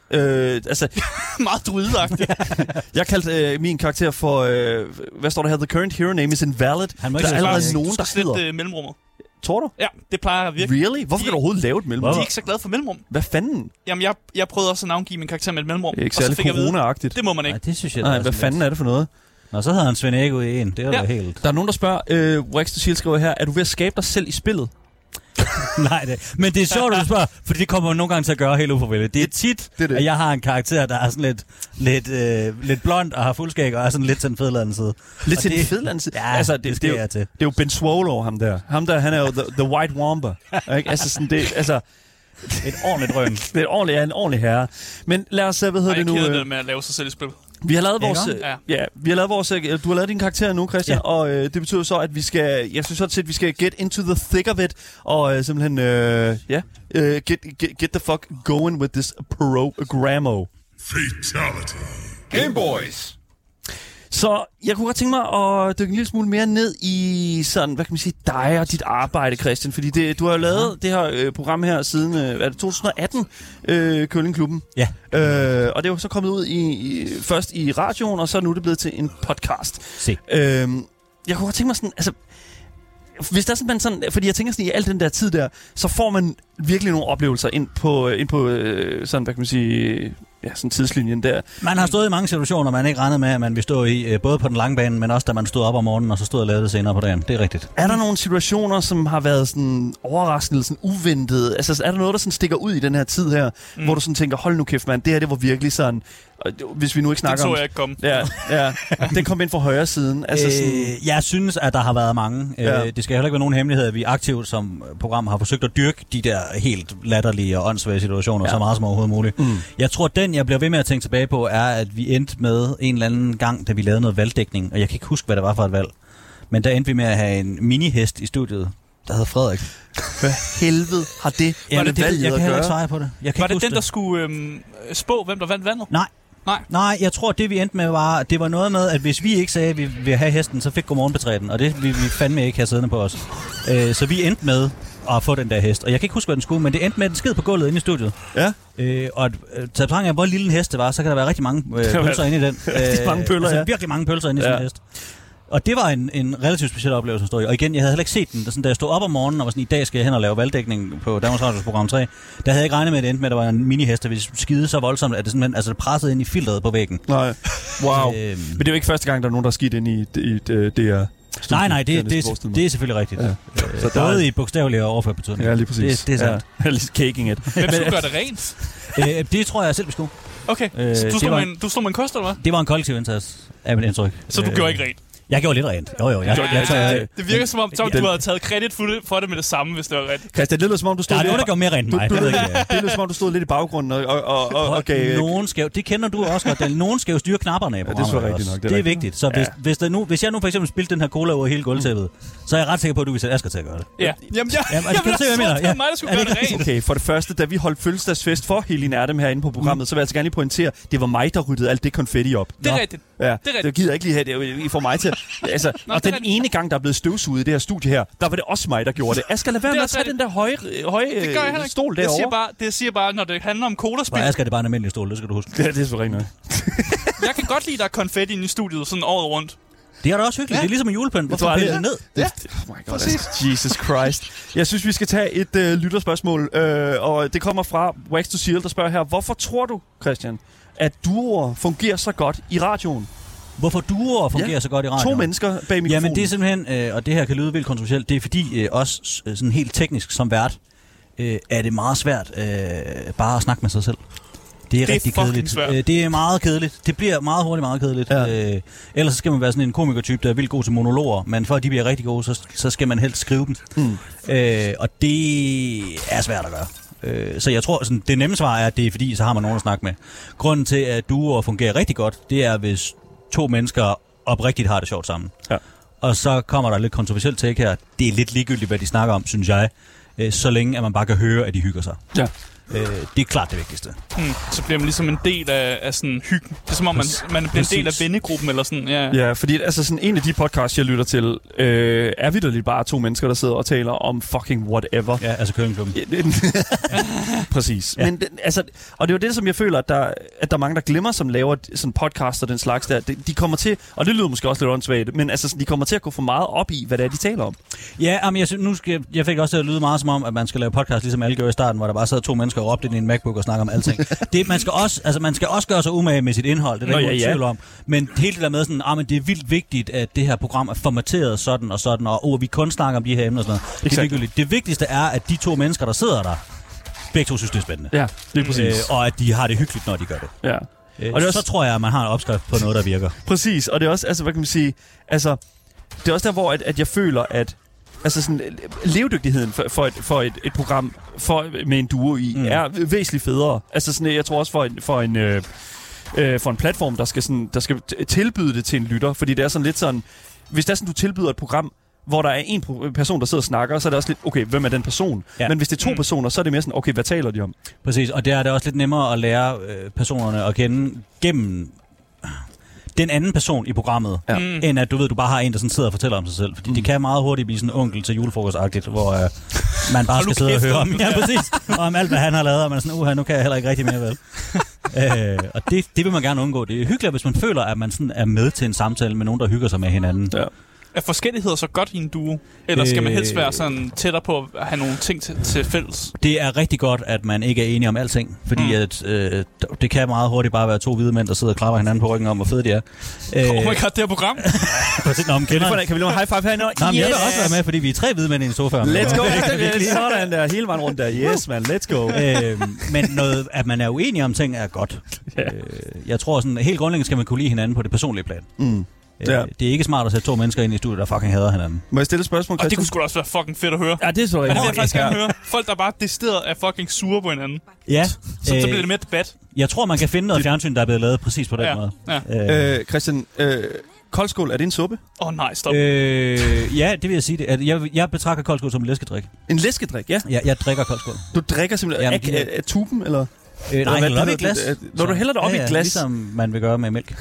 Speaker 3: Meget druideagtigt.
Speaker 2: Jeg kaldte min karakter for, hvad står der her? The current hero name is invalid. Der er allerede nogen, der hedder
Speaker 3: mellemrummet.
Speaker 2: Tror du?
Speaker 3: Ja, det plejer jeg virkelig.
Speaker 2: Really? Hvorfor kan du overhovedet lave et mellemrum?
Speaker 3: De er ikke så glade for mellemrum.
Speaker 2: Hvad fanden?
Speaker 3: Jamen, jeg prøvede også at navngive min karakter med et mellemrum.
Speaker 2: Det er ikke særlig corona-agtigt.
Speaker 3: Det må man ikke.
Speaker 4: Nej, det synes jeg.
Speaker 2: Nej, hvad fanden er det for noget?
Speaker 4: Nå, så havde han Svend Erik ud i en. Det er jo helt...
Speaker 2: Der er nogen, der spørger, Rex the Shield skriver her, er du ved at skabe dig selv i spillet?
Speaker 4: Nej, men det er sjovt, at du spørger, for det kommer nogle gange til at gøre helt uforvældigt. Det er tit, at jeg har en karakter, der er sådan lidt blond og har fuldskæg og er sådan lidt til den fedladende side.
Speaker 2: Lidt til den fedladende side?
Speaker 4: Ja, altså, det er
Speaker 2: jo Ben Swallow, ham der. Ham der, han er jo the white womber. Ikke? Altså sådan det, altså...
Speaker 4: Et ordentligt røn.
Speaker 2: Det er en ordentlig herre. Men lad os, hvad hedder det nu...
Speaker 3: Jeg er ked med at lave sig selv i spil.
Speaker 2: Vi har lavet vores... du har lavet din karakter nu, Christian, og det betyder så, at vi skal... Jeg synes sådan set, at vi skal get into the thick of it, og simpelthen, get the fuck going with this programmo.
Speaker 1: Fatality. Game Boys.
Speaker 2: Så jeg kunne godt tænke mig at dykke en lille smule mere ned i sådan, hvad kan man sige, dig og dit arbejde, Christian. Fordi du har jo lavet det her program her siden, 2018, Køllingklubben.
Speaker 4: Ja.
Speaker 2: Og det er jo så kommet ud først i radioen, og så nu er det blevet til en podcast.
Speaker 4: Se.
Speaker 2: Jeg kunne godt tænke mig sådan, altså... Hvis der er sådan, fordi jeg tænker sådan, i al den der tid der, så får man virkelig nogle oplevelser ind på sådan, hvad kan man sige, ja, sådan tidslinjen der.
Speaker 4: Man har stået i mange situationer, man ikke regnet med, at man vil stå i, både på den lange bane, men også da man stod op om morgenen, og så stod og lavede det senere på dagen. Det er rigtigt.
Speaker 2: Er der nogle situationer, som har været sådan overraskende, sådan uventede? Altså, er der noget, der sådan stikker ud i den her tid her, hvor du sådan tænker, hold nu kæft, mand, det her, det var virkelig sådan... Hvis vi nu ikke snakker om...
Speaker 3: Det så jeg ikke komme.
Speaker 2: Ja, den kom ind fra højre siden. Altså sådan...
Speaker 4: Jeg synes, at der har været mange. Ja. Det skal heller ikke være nogen hemmelighed, at vi aktivt som program har forsøgt at dyrke de der helt latterlige og åndssvage situationer så meget som overhovedet muligt. Jeg tror, den jeg bliver ved med at tænke tilbage på, er, at vi endte med en eller anden gang, da vi lavede noget valgdækning, og jeg kan ikke huske, hvad det var for et valg. Men der endte vi med at have en minihest i studiet, der hedder Frederik.
Speaker 2: Hvad helvede har det
Speaker 4: med valget at gøre? Jeg kan heller ikke svare på det.
Speaker 3: Var det den, der skulle spå, hvem der vandt vandet?
Speaker 4: Nej, jeg tror, det vi endte med var, det var noget med, at hvis vi ikke sagde, at vi ville have hesten, så fik Godmorgen Betræden, og det vi fandme ikke have siddende på os. Så vi endte med at få den der hest, og jeg kan ikke huske, hvad den skulle, men det endte med, at den sked på gulvet inde i studiet.
Speaker 2: Ja.
Speaker 4: Og til betragtning af, hvor lille en hest det var, så kan der være rigtig mange pølser inde i den.
Speaker 2: Mange pøller,
Speaker 4: altså virkelig mange pølser inde i sådan en hest. Og det var en relativt speciel oplevelse at stå i. Og igen, jeg havde heller ikke set den. Da jeg stod op om morgenen og var sådan, i dag skal jeg hen og lave valgdækning på Danmarks Radios program 3. Der havde jeg ikke regnet med, at det endte med, at der var en minihest, der ville skide så voldsomt, at det simpelthen det pressede ind i filteret på væggen.
Speaker 2: Nej, wow. Men det er jo ikke første gang, der er nogen, der er skidt ind i DR.
Speaker 4: Nej, det er selvfølgelig rigtigt. Ja. Så både i bogstavelig og overført betydning.
Speaker 2: Ja, lige præcis.
Speaker 4: Det er sandt.
Speaker 2: Ja. Lige caking it.
Speaker 3: Hvem skulle gøre det rent?
Speaker 4: Det tror jeg selv, vi skulle.
Speaker 3: Okay, så du slog med en kost, eller hvad?
Speaker 4: Det var en kollektiv indsats af mit indtryk.
Speaker 3: Så du gjorde ikke rent?
Speaker 4: Jeg gjorde lidt rent. Jo.
Speaker 3: Det virker som om, du havde taget kredit for det med det samme, hvis det var rigtigt.
Speaker 2: Christian, det lyder som om, du stod...
Speaker 4: Der er nogen, der gjorde mere rent end mig.
Speaker 2: Det lyder som om, du stod lidt i baggrunden og gav...
Speaker 4: Nogen skal, det kender du også godt. Nogen skal jo styre knapperne af programmet.
Speaker 2: Ja, det er så rigtigt nok.
Speaker 4: Det er vigtigt. Så hvis jeg nu for eksempel spilte den her cola over hele gulvtæppet, så er jeg ret sikker på, at du vil sætte Asger til at gøre det.
Speaker 3: Ja. Jamen,
Speaker 4: det er mig, der
Speaker 3: skulle gøre det rent.
Speaker 2: Okay, for det første, da vi holdt fødselsdagsfest for Helene Erdem herinde på programmet, så vil jeg altså gerne lige pointere, det var mig, der ryddede alt det konfetti op.
Speaker 3: Det er rigtigt.
Speaker 2: Ja, det gider jeg ikke lige have. I får mig til. Altså, og den ene gang, der er blevet støvsuget i det her studie her, der var det også mig, der gjorde det. Asger, lad være med at tage den der høje stol derovre.
Speaker 3: Det siger bare, når det handler om colaspil.
Speaker 4: Asger, det er bare en almindelig stol, det skal du huske.
Speaker 2: Ja, det er selvfølgelig nok.
Speaker 3: Jeg kan godt lide, der er konfetti inde i studiet sådan året rundt.
Speaker 4: Det er da også hyggeligt. Ja. Det er ligesom en julepynt. Hvorfor piller det ned?
Speaker 2: Ja. Oh my God. Jesus Christ. Jeg synes, vi skal tage et lytterspørgsmål, og det kommer fra Wax to Seal, der spørger her, hvorfor tror du, Christian, at duoer fungerer så godt i radioen?
Speaker 4: Hvorfor duoer fungerer så godt i radioen?
Speaker 2: 2 mennesker bag mikrofonen.
Speaker 4: Jamen det er simpelthen, og det her kan lyde vildt kontroversielt, det er fordi også sådan helt teknisk som vært, er det meget svært bare at snakke med sig selv. Det er rigtig kedeligt. Det er meget kedeligt. Det bliver meget hurtigt meget kedeligt. Ja. Ellers skal man være sådan en komikertype, der er vildt god til monologer, men for at de bliver rigtig gode, så skal man helst skrive dem. Og det er svært at gøre. Så jeg tror, sådan, det nemme svar er, at det er fordi, så har man nogen at snakke med. Grunden til, at duoer fungerer rigtig godt, det er, hvis 2 mennesker oprigtigt har det sjovt sammen. Ja. Og så kommer der lidt kontroversielt take her. Det er lidt ligegyldigt, hvad de snakker om, synes jeg. Så længe, at man bare kan høre, at de hygger sig. Ja. Det er klart det vigtigste.
Speaker 3: Så bliver man ligesom en del af sådan hyggen. Det er som om, man bliver en del af vennegruppen eller sådan.
Speaker 2: Ja, fordi altså sådan en af de podcasts, jeg lytter til, er vitterligt bare 2 mennesker, der sidder og taler om fucking whatever.
Speaker 4: Ja, altså Køkkenklubben.
Speaker 2: Præcis. Ja. Men altså, og det er jo det, som jeg føler, at der er mange, der glemmer, som laver sådan podcast og den slags der. De kommer til, og det lyder måske også lidt åndssvagt, men altså, de kommer til at gå for meget op i, hvad det er, de taler om.
Speaker 4: Ja, men jeg fik også til at lyde meget som om, at man skal lave podcast, ligesom alle gjorde i starten, hvor der bare sad 2 mennesker og råbte ind i en MacBook og snakker om alting. Man skal også gøre sig umage med sit indhold, det er der ikke tvivl om. Men helt det der med sådan, men det er vildt vigtigt, at det her program er formateret sådan og sådan, og vi kun snakker om de her emner og sådan noget. Det er vigtigt. Det vigtigste er, at de 2 mennesker, der sidder der, begge 2 synes, det er spændende.
Speaker 2: Ja, det er præcis.
Speaker 4: Og at de har det hyggeligt, når de gør det.
Speaker 2: Ja.
Speaker 4: Og det også, så tror jeg, at man har en opskrift på noget, der virker.
Speaker 2: Præcis, og det er også, altså hvad kan man sige, altså, det er også der, hvor at jeg føler, at altså sådan, levedygtigheden for et program med en duo i er væsentligt federe. Altså sådan, jeg tror også for en platform, der skal tilbyde det til en lytter, fordi det er sådan lidt sådan, hvis det er sådan, du tilbyder et program, hvor der er en person, der sidder og snakker, så er det også lidt, okay, hvem er den person? Ja. Men hvis det er 2 personer, så er det mere sådan, okay, hvad taler de om?
Speaker 4: Præcis, og det er også lidt nemmere at lære personerne at kende gennem den anden person i programmet, end at du bare har en, der sådan sidder og fortæller om sig selv. Fordi det kan meget hurtigt blive sådan onkel til julefrokostagtigt, hvor man bare skal sidde og høre om, præcis, og om alt, hvad han har lavet, og man er sådan, nu kan jeg heller ikke rigtig mere vel. Og det vil man gerne undgå. Det er hyggeligt, hvis man føler, at man sådan er med til en samtale med nogen, der hygger sig med hinanden. Ja.
Speaker 3: Er forskelligheder så godt i en duo? Eller skal man helst være sådan tættere på at have nogle ting til fælles?
Speaker 4: Det er rigtig godt, at man ikke er enige om alting. Fordi at, det kan meget hurtigt bare være 2 hvide mænd, der sidder og klapper hinanden på ryggen om, hvor fede de er.
Speaker 3: Oh my god, det her program!
Speaker 2: Kan vi lave high five herinde?
Speaker 4: Jeg vil også være med, fordi vi er 3 hvide mænd i en sofa.
Speaker 2: Let's go! Sådan der, hele vejen rundt der. Yes, man, let's go!
Speaker 4: Men noget, at man er uenig om ting, er godt. Jeg tror sådan, helt grundlæggende skal man kunne lide hinanden på det personlige plan. Ja. Det er ikke smart at sætte 2 mennesker ind i studiet, der fucking hader hinanden.
Speaker 2: Må jeg stille et spørgsmål, Christian?
Speaker 3: Og det kunne sgu da også være fucking fedt at høre.
Speaker 2: Ja, det er så
Speaker 3: rigtigt. Det vil jeg faktisk gerne høre. Folk, der bare decideret er fucking sure på hinanden.
Speaker 4: Ja.
Speaker 3: Så bliver det mere debat.
Speaker 4: Jeg tror, man kan finde noget fjernsyn, der er blevet lavet præcis på den måde.
Speaker 2: Ja. Christian, koldskål, er det en suppe?
Speaker 3: Nej, stop.
Speaker 4: Ja, det vil jeg sige. Jeg betragter koldskål som en læskedrik.
Speaker 2: En læskedrik, ja?
Speaker 4: Ja, jeg drikker koldskål.
Speaker 2: Du drikker simpelthen af tuben, eller?
Speaker 4: Nej, jeg hælder op i et glas.
Speaker 2: Når du hælder det op i et glas?
Speaker 4: Ligesom man vil gøre med mælk.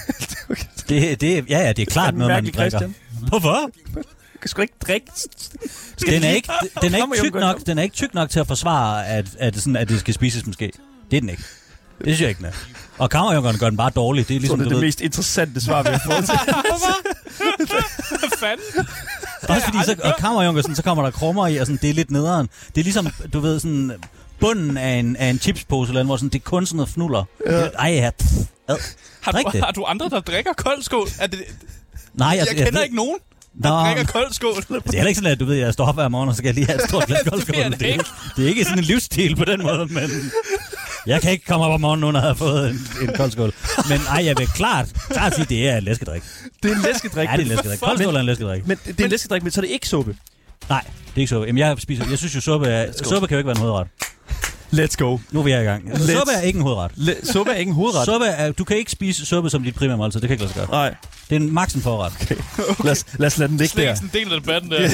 Speaker 4: Det er klart noget, man drikker.
Speaker 2: Christian.
Speaker 4: Hvorfor?
Speaker 2: Du kan sgu ikke drikke.
Speaker 4: Den er ikke tyk nok til at forsvare, at det skal spises måske. Det er den ikke. Det synes jeg ikke, den er. Og kammerjunkeren gør den bare dårlig. Det er ligesom,
Speaker 2: det er det mest interessante svar, vi har fået til.
Speaker 3: Hvad fanden?
Speaker 4: Også fordi, og kammerjunker, så kommer der krummer i, og sådan, det er lidt nederen. Det er ligesom, du ved, sådan bunden af en chipspose, eller hvor sådan, det er kun sådan noget fnuller. Ja.
Speaker 3: Har du andre, der drikker koldskål?
Speaker 4: Nej,
Speaker 3: jeg kender ikke nogen, der drikker koldskål.
Speaker 4: Det er heller ikke sådan, at du ved, jeg står op hver morgen, og så skal jeg lige have et stort glas koldskål. Det er ikke sådan en livsstil på den måde, men jeg kan ikke komme op om morgenen, uden at have fået en koldskål. Men jeg vil klart sige, at det er en læskedrik.
Speaker 2: Det er en læskedrik?
Speaker 4: Ja, det er en læskedrik. Koldskål er en læskedrik.
Speaker 2: Men det er en læskedrik, men så er det ikke suppe?
Speaker 4: Nej, det er ikke suppe. Jamen, jeg synes jo, suppe kan jo ikke være en hovedret.
Speaker 2: Let's go.
Speaker 4: Nu er vi i gang. Suppe er ikke en hovedret.
Speaker 2: Suppe er ikke en hovedret?
Speaker 4: Du kan ikke spise suppe som dit primære måltid. Det kan ikke lade sig gøre.
Speaker 2: Nej.
Speaker 4: Det er en maks en forret.
Speaker 2: Okay. Lad os lade den ligge der.
Speaker 3: Slet ikke en del af debatten der.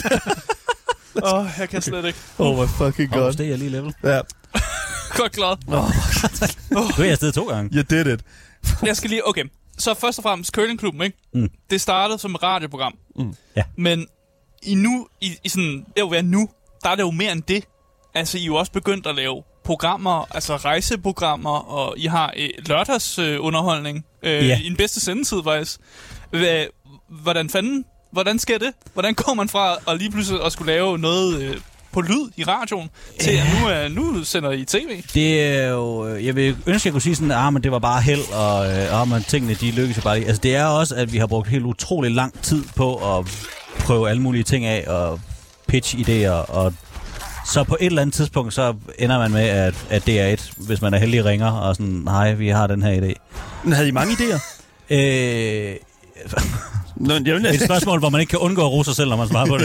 Speaker 3: Jeg kan slet ikke.
Speaker 2: Oh my fucking god.
Speaker 4: Det er lige level.
Speaker 2: Ja.
Speaker 3: Godt glad.
Speaker 4: Du er jeg afsted 2 gange.
Speaker 2: You did it.
Speaker 3: Jeg skal lige... Okay. Så først og fremmest curlingklubben, ikke? Det startede som et radioprogram.
Speaker 4: Ja.
Speaker 3: Men i sådan... Nu, der er det jo mere end det. Altså, I er jo også begyndt at lave programmer, altså rejseprogrammer, og I har lørdagsunderholdning i den bedste sendetid, faktisk. Hvordan sker det? Hvordan kommer man fra at lige pludselig at skulle lave noget på lyd i radioen, til at nu sender I tv?
Speaker 4: Det er jo... Jeg vil ønske, jeg kunne sige sådan, men det var bare held, og men tingene, de lykkes jo bare lige. Altså, det er også, at vi har brugt helt utrolig lang tid på at prøve alle mulige ting af, og pitch-idéer, og så på et eller andet tidspunkt, så ender man med, at det er hvis man er heldig, ringer, og sådan, hej, vi har den her idé.
Speaker 2: Men havde I mange idéer?
Speaker 4: Et spørgsmål, hvor man ikke kan undgå at rose sig selv, når man svarer på det.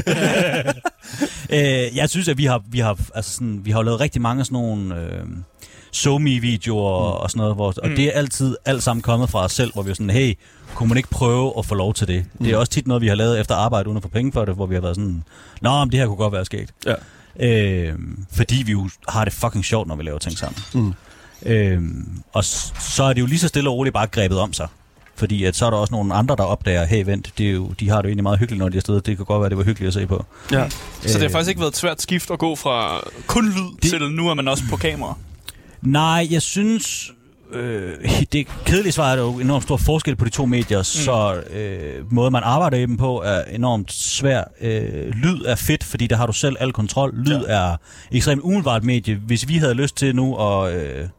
Speaker 4: Jeg synes, at vi har lavet rigtig mange sådan nogle SoMe-videoer og sådan noget, og det er altid alt sammen kommet fra os selv, hvor vi er sådan, hey, kunne man ikke prøve at få lov til det? Det er også tit noget, vi har lavet efter arbejde, uden at få penge for det, hvor vi har været sådan, men det her kunne godt være skægt. Ja. Fordi vi jo har det fucking sjovt, når vi laver ting sammen. Og så er det jo lige så stille og roligt bare grebet om sig. Fordi at så er der også nogle andre, der opdager, hey vent, de har det jo egentlig meget hyggeligt, når de er afsted. Det kan godt være, det var hyggeligt at se på.
Speaker 3: Ja. Så det har faktisk ikke været et svært skift at gå fra kun lyd til nu er man også på kamera?
Speaker 4: Nej, jeg synes... det kedelige svar er der jo enormt stor forskel på de 2 medier, så måden man arbejder i dem på er enormt svær. Lyd er fedt, fordi der har du selv al kontrol. Lyd er ekstremt umiddelbart medie. Hvis vi havde lyst til nu at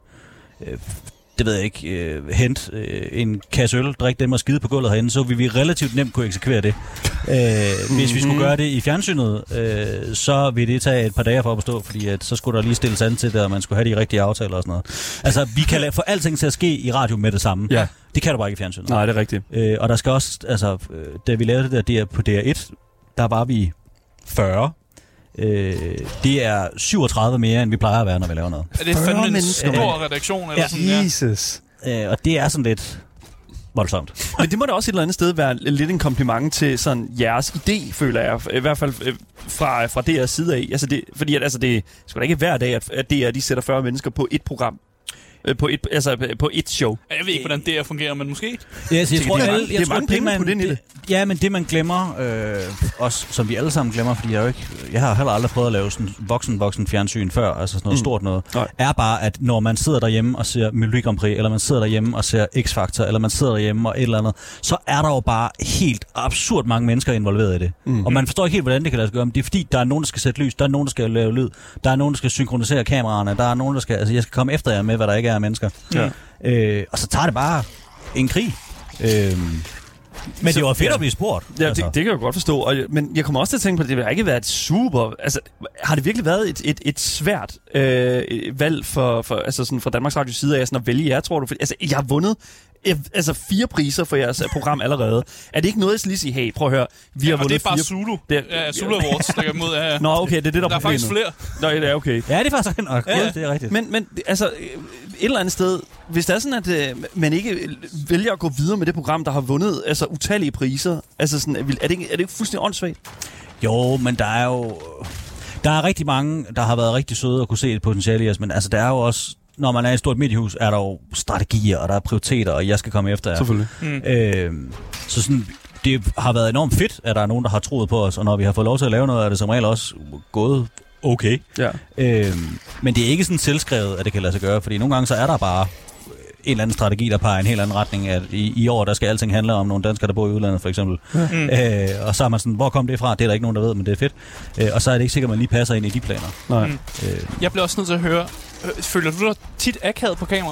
Speaker 4: det ved jeg ikke, hente en kasse øl, drikke dem og skide på gulvet herinde, så ville vi relativt nemt kunne eksekvere det. Hvis vi skulle gøre det i fjernsynet, så ville det tage et par dage for at stå, fordi så skulle der lige stilles an til det, og man skulle have de rigtige aftaler og sådan noget. Altså, vi kan få alting til at ske i radio med det samme. Ja. Det kan du bare ikke i fjernsynet.
Speaker 2: Nej, det er rigtigt.
Speaker 4: Og der skal også, altså, da vi lavede det der på DR1, der var vi 40. Det er 37 mere, end vi plejer at være, når vi laver noget.
Speaker 3: Er det fandme en stor redaktion? Eller sådan,
Speaker 2: Jesus.
Speaker 4: Og det er sådan lidt voldsomt.
Speaker 2: Men det må da også et eller andet sted være lidt en kompliment til sådan jeres idé, føler jeg. I hvert fald fra DR's side af. Altså det, fordi at, altså det skal da ikke hver dag, at DR de sætter 40 mennesker på et program. På et show.
Speaker 3: Jeg ved ikke, hvordan det fungerer, men måske.
Speaker 4: Ja, så jeg tror,
Speaker 2: det er mange penge på den i det.
Speaker 4: Ja, men det man glemmer, også som vi alle sammen glemmer, fordi jeg har heller aldrig prøvet at lave sådan voksen fjernsyn før, altså sådan noget stort noget, er bare, at når man sidder derhjemme og ser Melodi Grand Prix, eller man sidder derhjemme og ser X-Factor, eller man sidder derhjemme og et eller andet, så er der jo bare helt absurd mange mennesker involveret i det. Og man forstår ikke helt, hvordan det kan lade sig gøre, men det er fordi, der er nogen, der skal sætte lys, der er nogen, der skal lave lyd, der er nogen, der skal synkronisere kameraerne, der er nogen, der skal, altså jeg skal komme efter jer med, hvad der ikke er af mennesker. Ja. Og så tager det bare en krig. Men det var fedt at blive spurgt.
Speaker 2: Ja, altså. det kan jeg godt forstå. Men jeg kommer også til at tænke på, at det har ikke været super... Altså, har det virkelig været et svært valg for altså sådan fra Danmarks Radios side af sådan at vælge jer, tror du? Altså, jeg har vundet 4 priser for jeres program allerede. Er det ikke noget, jeg lige siger, hey, prøv at høre, vi har vundet 4...
Speaker 3: det er bare Zulu. Zulu Awards, der går imod af...
Speaker 2: Nå, okay, det er det, der er
Speaker 3: faktisk flere.
Speaker 2: Nå, det er okay.
Speaker 4: Ja, det er faktisk det er rigtigt.
Speaker 2: Men altså, et eller andet sted, hvis det er sådan, at man ikke vælger at gå videre med det program, der har vundet altså utallige priser, altså sådan, er det ikke fuldstændig åndssvagt?
Speaker 4: Jo, men der er rigtig mange, der har været rigtig søde og kunne se et potentiale i os, men altså, der er jo også, når man er i et stort mediehus, er der jo strategier, og der er prioriteter, og jeg skal komme efter jer.
Speaker 2: Selvfølgelig.
Speaker 4: Så sådan, det har været enormt fedt, at der er nogen, der har troet på os, og når vi har fået lov til at lave noget, er det som regel også gået okay.
Speaker 2: Ja.
Speaker 4: Men det er ikke sådan selvskrevet, at det kan lade sig gøre, fordi nogle gange så er der bare en eller anden strategi, der peger en helt anden retning, at i år, der skal alting handle om nogle danskere, der bor i udlandet, for eksempel. Og så er man sådan, hvor kom det fra? Det er der ikke nogen, der ved, men det er fedt. Og så er det ikke sikkert, at man lige passer ind i de planer.
Speaker 2: Nej.
Speaker 3: Jeg bliver også nødt til at høre, føler du dig tit akavet på kamera?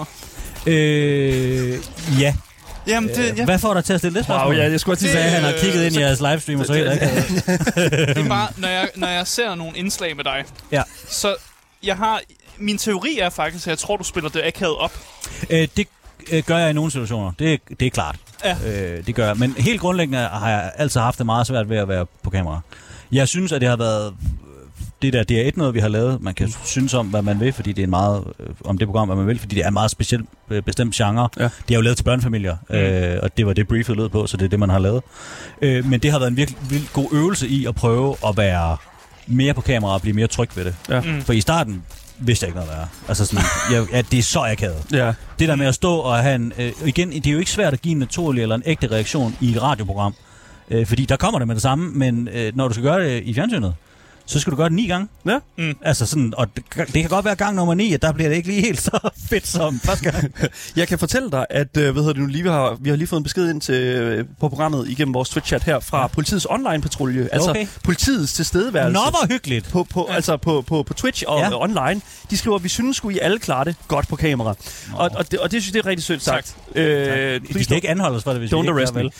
Speaker 4: Ja.
Speaker 3: Jamen, det,
Speaker 4: Hvad får dig til at stille det spørgsmål?
Speaker 2: Ja, jeg skulle sige,
Speaker 4: at han har kigget ind i jeres livestream, og så helt akavet.
Speaker 3: Det er bare, når jeg ser nogle indslag med dig, så jeg har... Min teori er faktisk, at jeg tror, du spiller det akavet op.
Speaker 4: Det gør jeg i nogle situationer. Det er klart.
Speaker 3: Ja.
Speaker 4: Det gør jeg. Men helt grundlæggende har jeg altid haft det meget svært ved at være på kamera. Jeg synes, at det har været... Det er noget, vi har lavet. Man kan synes om, hvad man vil, fordi det er en meget... om det program, hvad man vil, fordi det er en meget speciel, bestemt genre. Ja. Det er jo lavet til børnefamilier, og det var det briefet lød på, så det er det, man har lavet. Men det har været en virkelig god øvelse i at prøve at være mere på kamera og blive mere tryg ved det. Ja. For i starten vidste jeg ikke noget, hvad er. Altså sådan, det er så akavet. Ja. Det der med at stå og have en... igen, det er jo ikke svært at give en naturlig eller en ægte reaktion i et radioprogram. Fordi der kommer det med det samme, men når du skal gøre det i fjernsynet, så skal du gøre det 9 gange. Ja. Altså sådan, og det kan godt være gang nummer 9, at der bliver det ikke lige helt så fedt som første gang.
Speaker 2: Jeg kan fortælle dig, at vi har lige fået en besked ind til, på programmet igennem vores Twitch-chat her fra politiets online-patrulje. Altså politiets tilstedeværelse.
Speaker 4: Nå, hvor hyggeligt.
Speaker 2: Altså på Twitch og online. De skriver, at vi synes, skulle I alle klare det godt på kamera. Og det synes jeg er rigtig sødt sagt.
Speaker 4: Vi skal ikke anholde os for det, hvis vi ikke gør vel.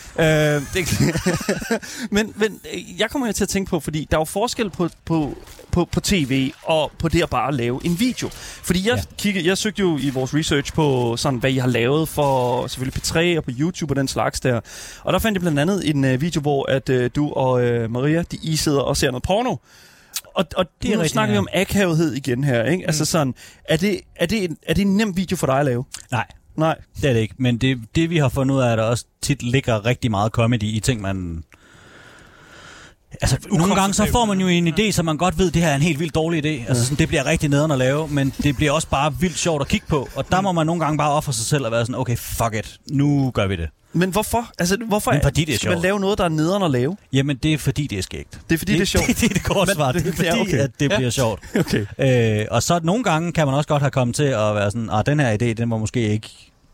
Speaker 2: Men jeg kommer til at tænke på, fordi der er jo forskel på tv og på det at bare lave en video. Fordi jeg søgte jo i vores research på sådan, hvad I har lavet for selvfølgelig P3 og på YouTube og den slags der. Og der fandt jeg blandt andet en video, hvor at du og Maria, I sidder og ser noget porno. Og det nu snakker vi om akavethed igen her, ikke? Altså sådan, er det en nem video for dig at lave?
Speaker 4: Nej, det er det ikke. Men det vi har fundet ud af, at der også tit ligger rigtig meget comedy i ting, man... Altså, nogle gange så får man jo en idé, så man godt ved, at det her er en helt vildt dårlig idé. Altså, sådan, det bliver rigtig nederen at lave, men det bliver også bare vildt sjovt at kigge på. Og der må man nogle gange bare ofre sig selv og være sådan, okay, fuck it, nu gør vi det.
Speaker 2: Men hvorfor? Altså, hvorfor skal man lave noget, der er nederen at lave?
Speaker 4: Jamen, det er fordi, det er skægt.
Speaker 2: Det er fordi, det er sjovt?
Speaker 4: Det er det korte svar. Det er fordi, at det bliver sjovt.
Speaker 2: Okay.
Speaker 4: Og så nogle gange kan man også godt have kommet til at være sådan, den her idé, den var måske ikke...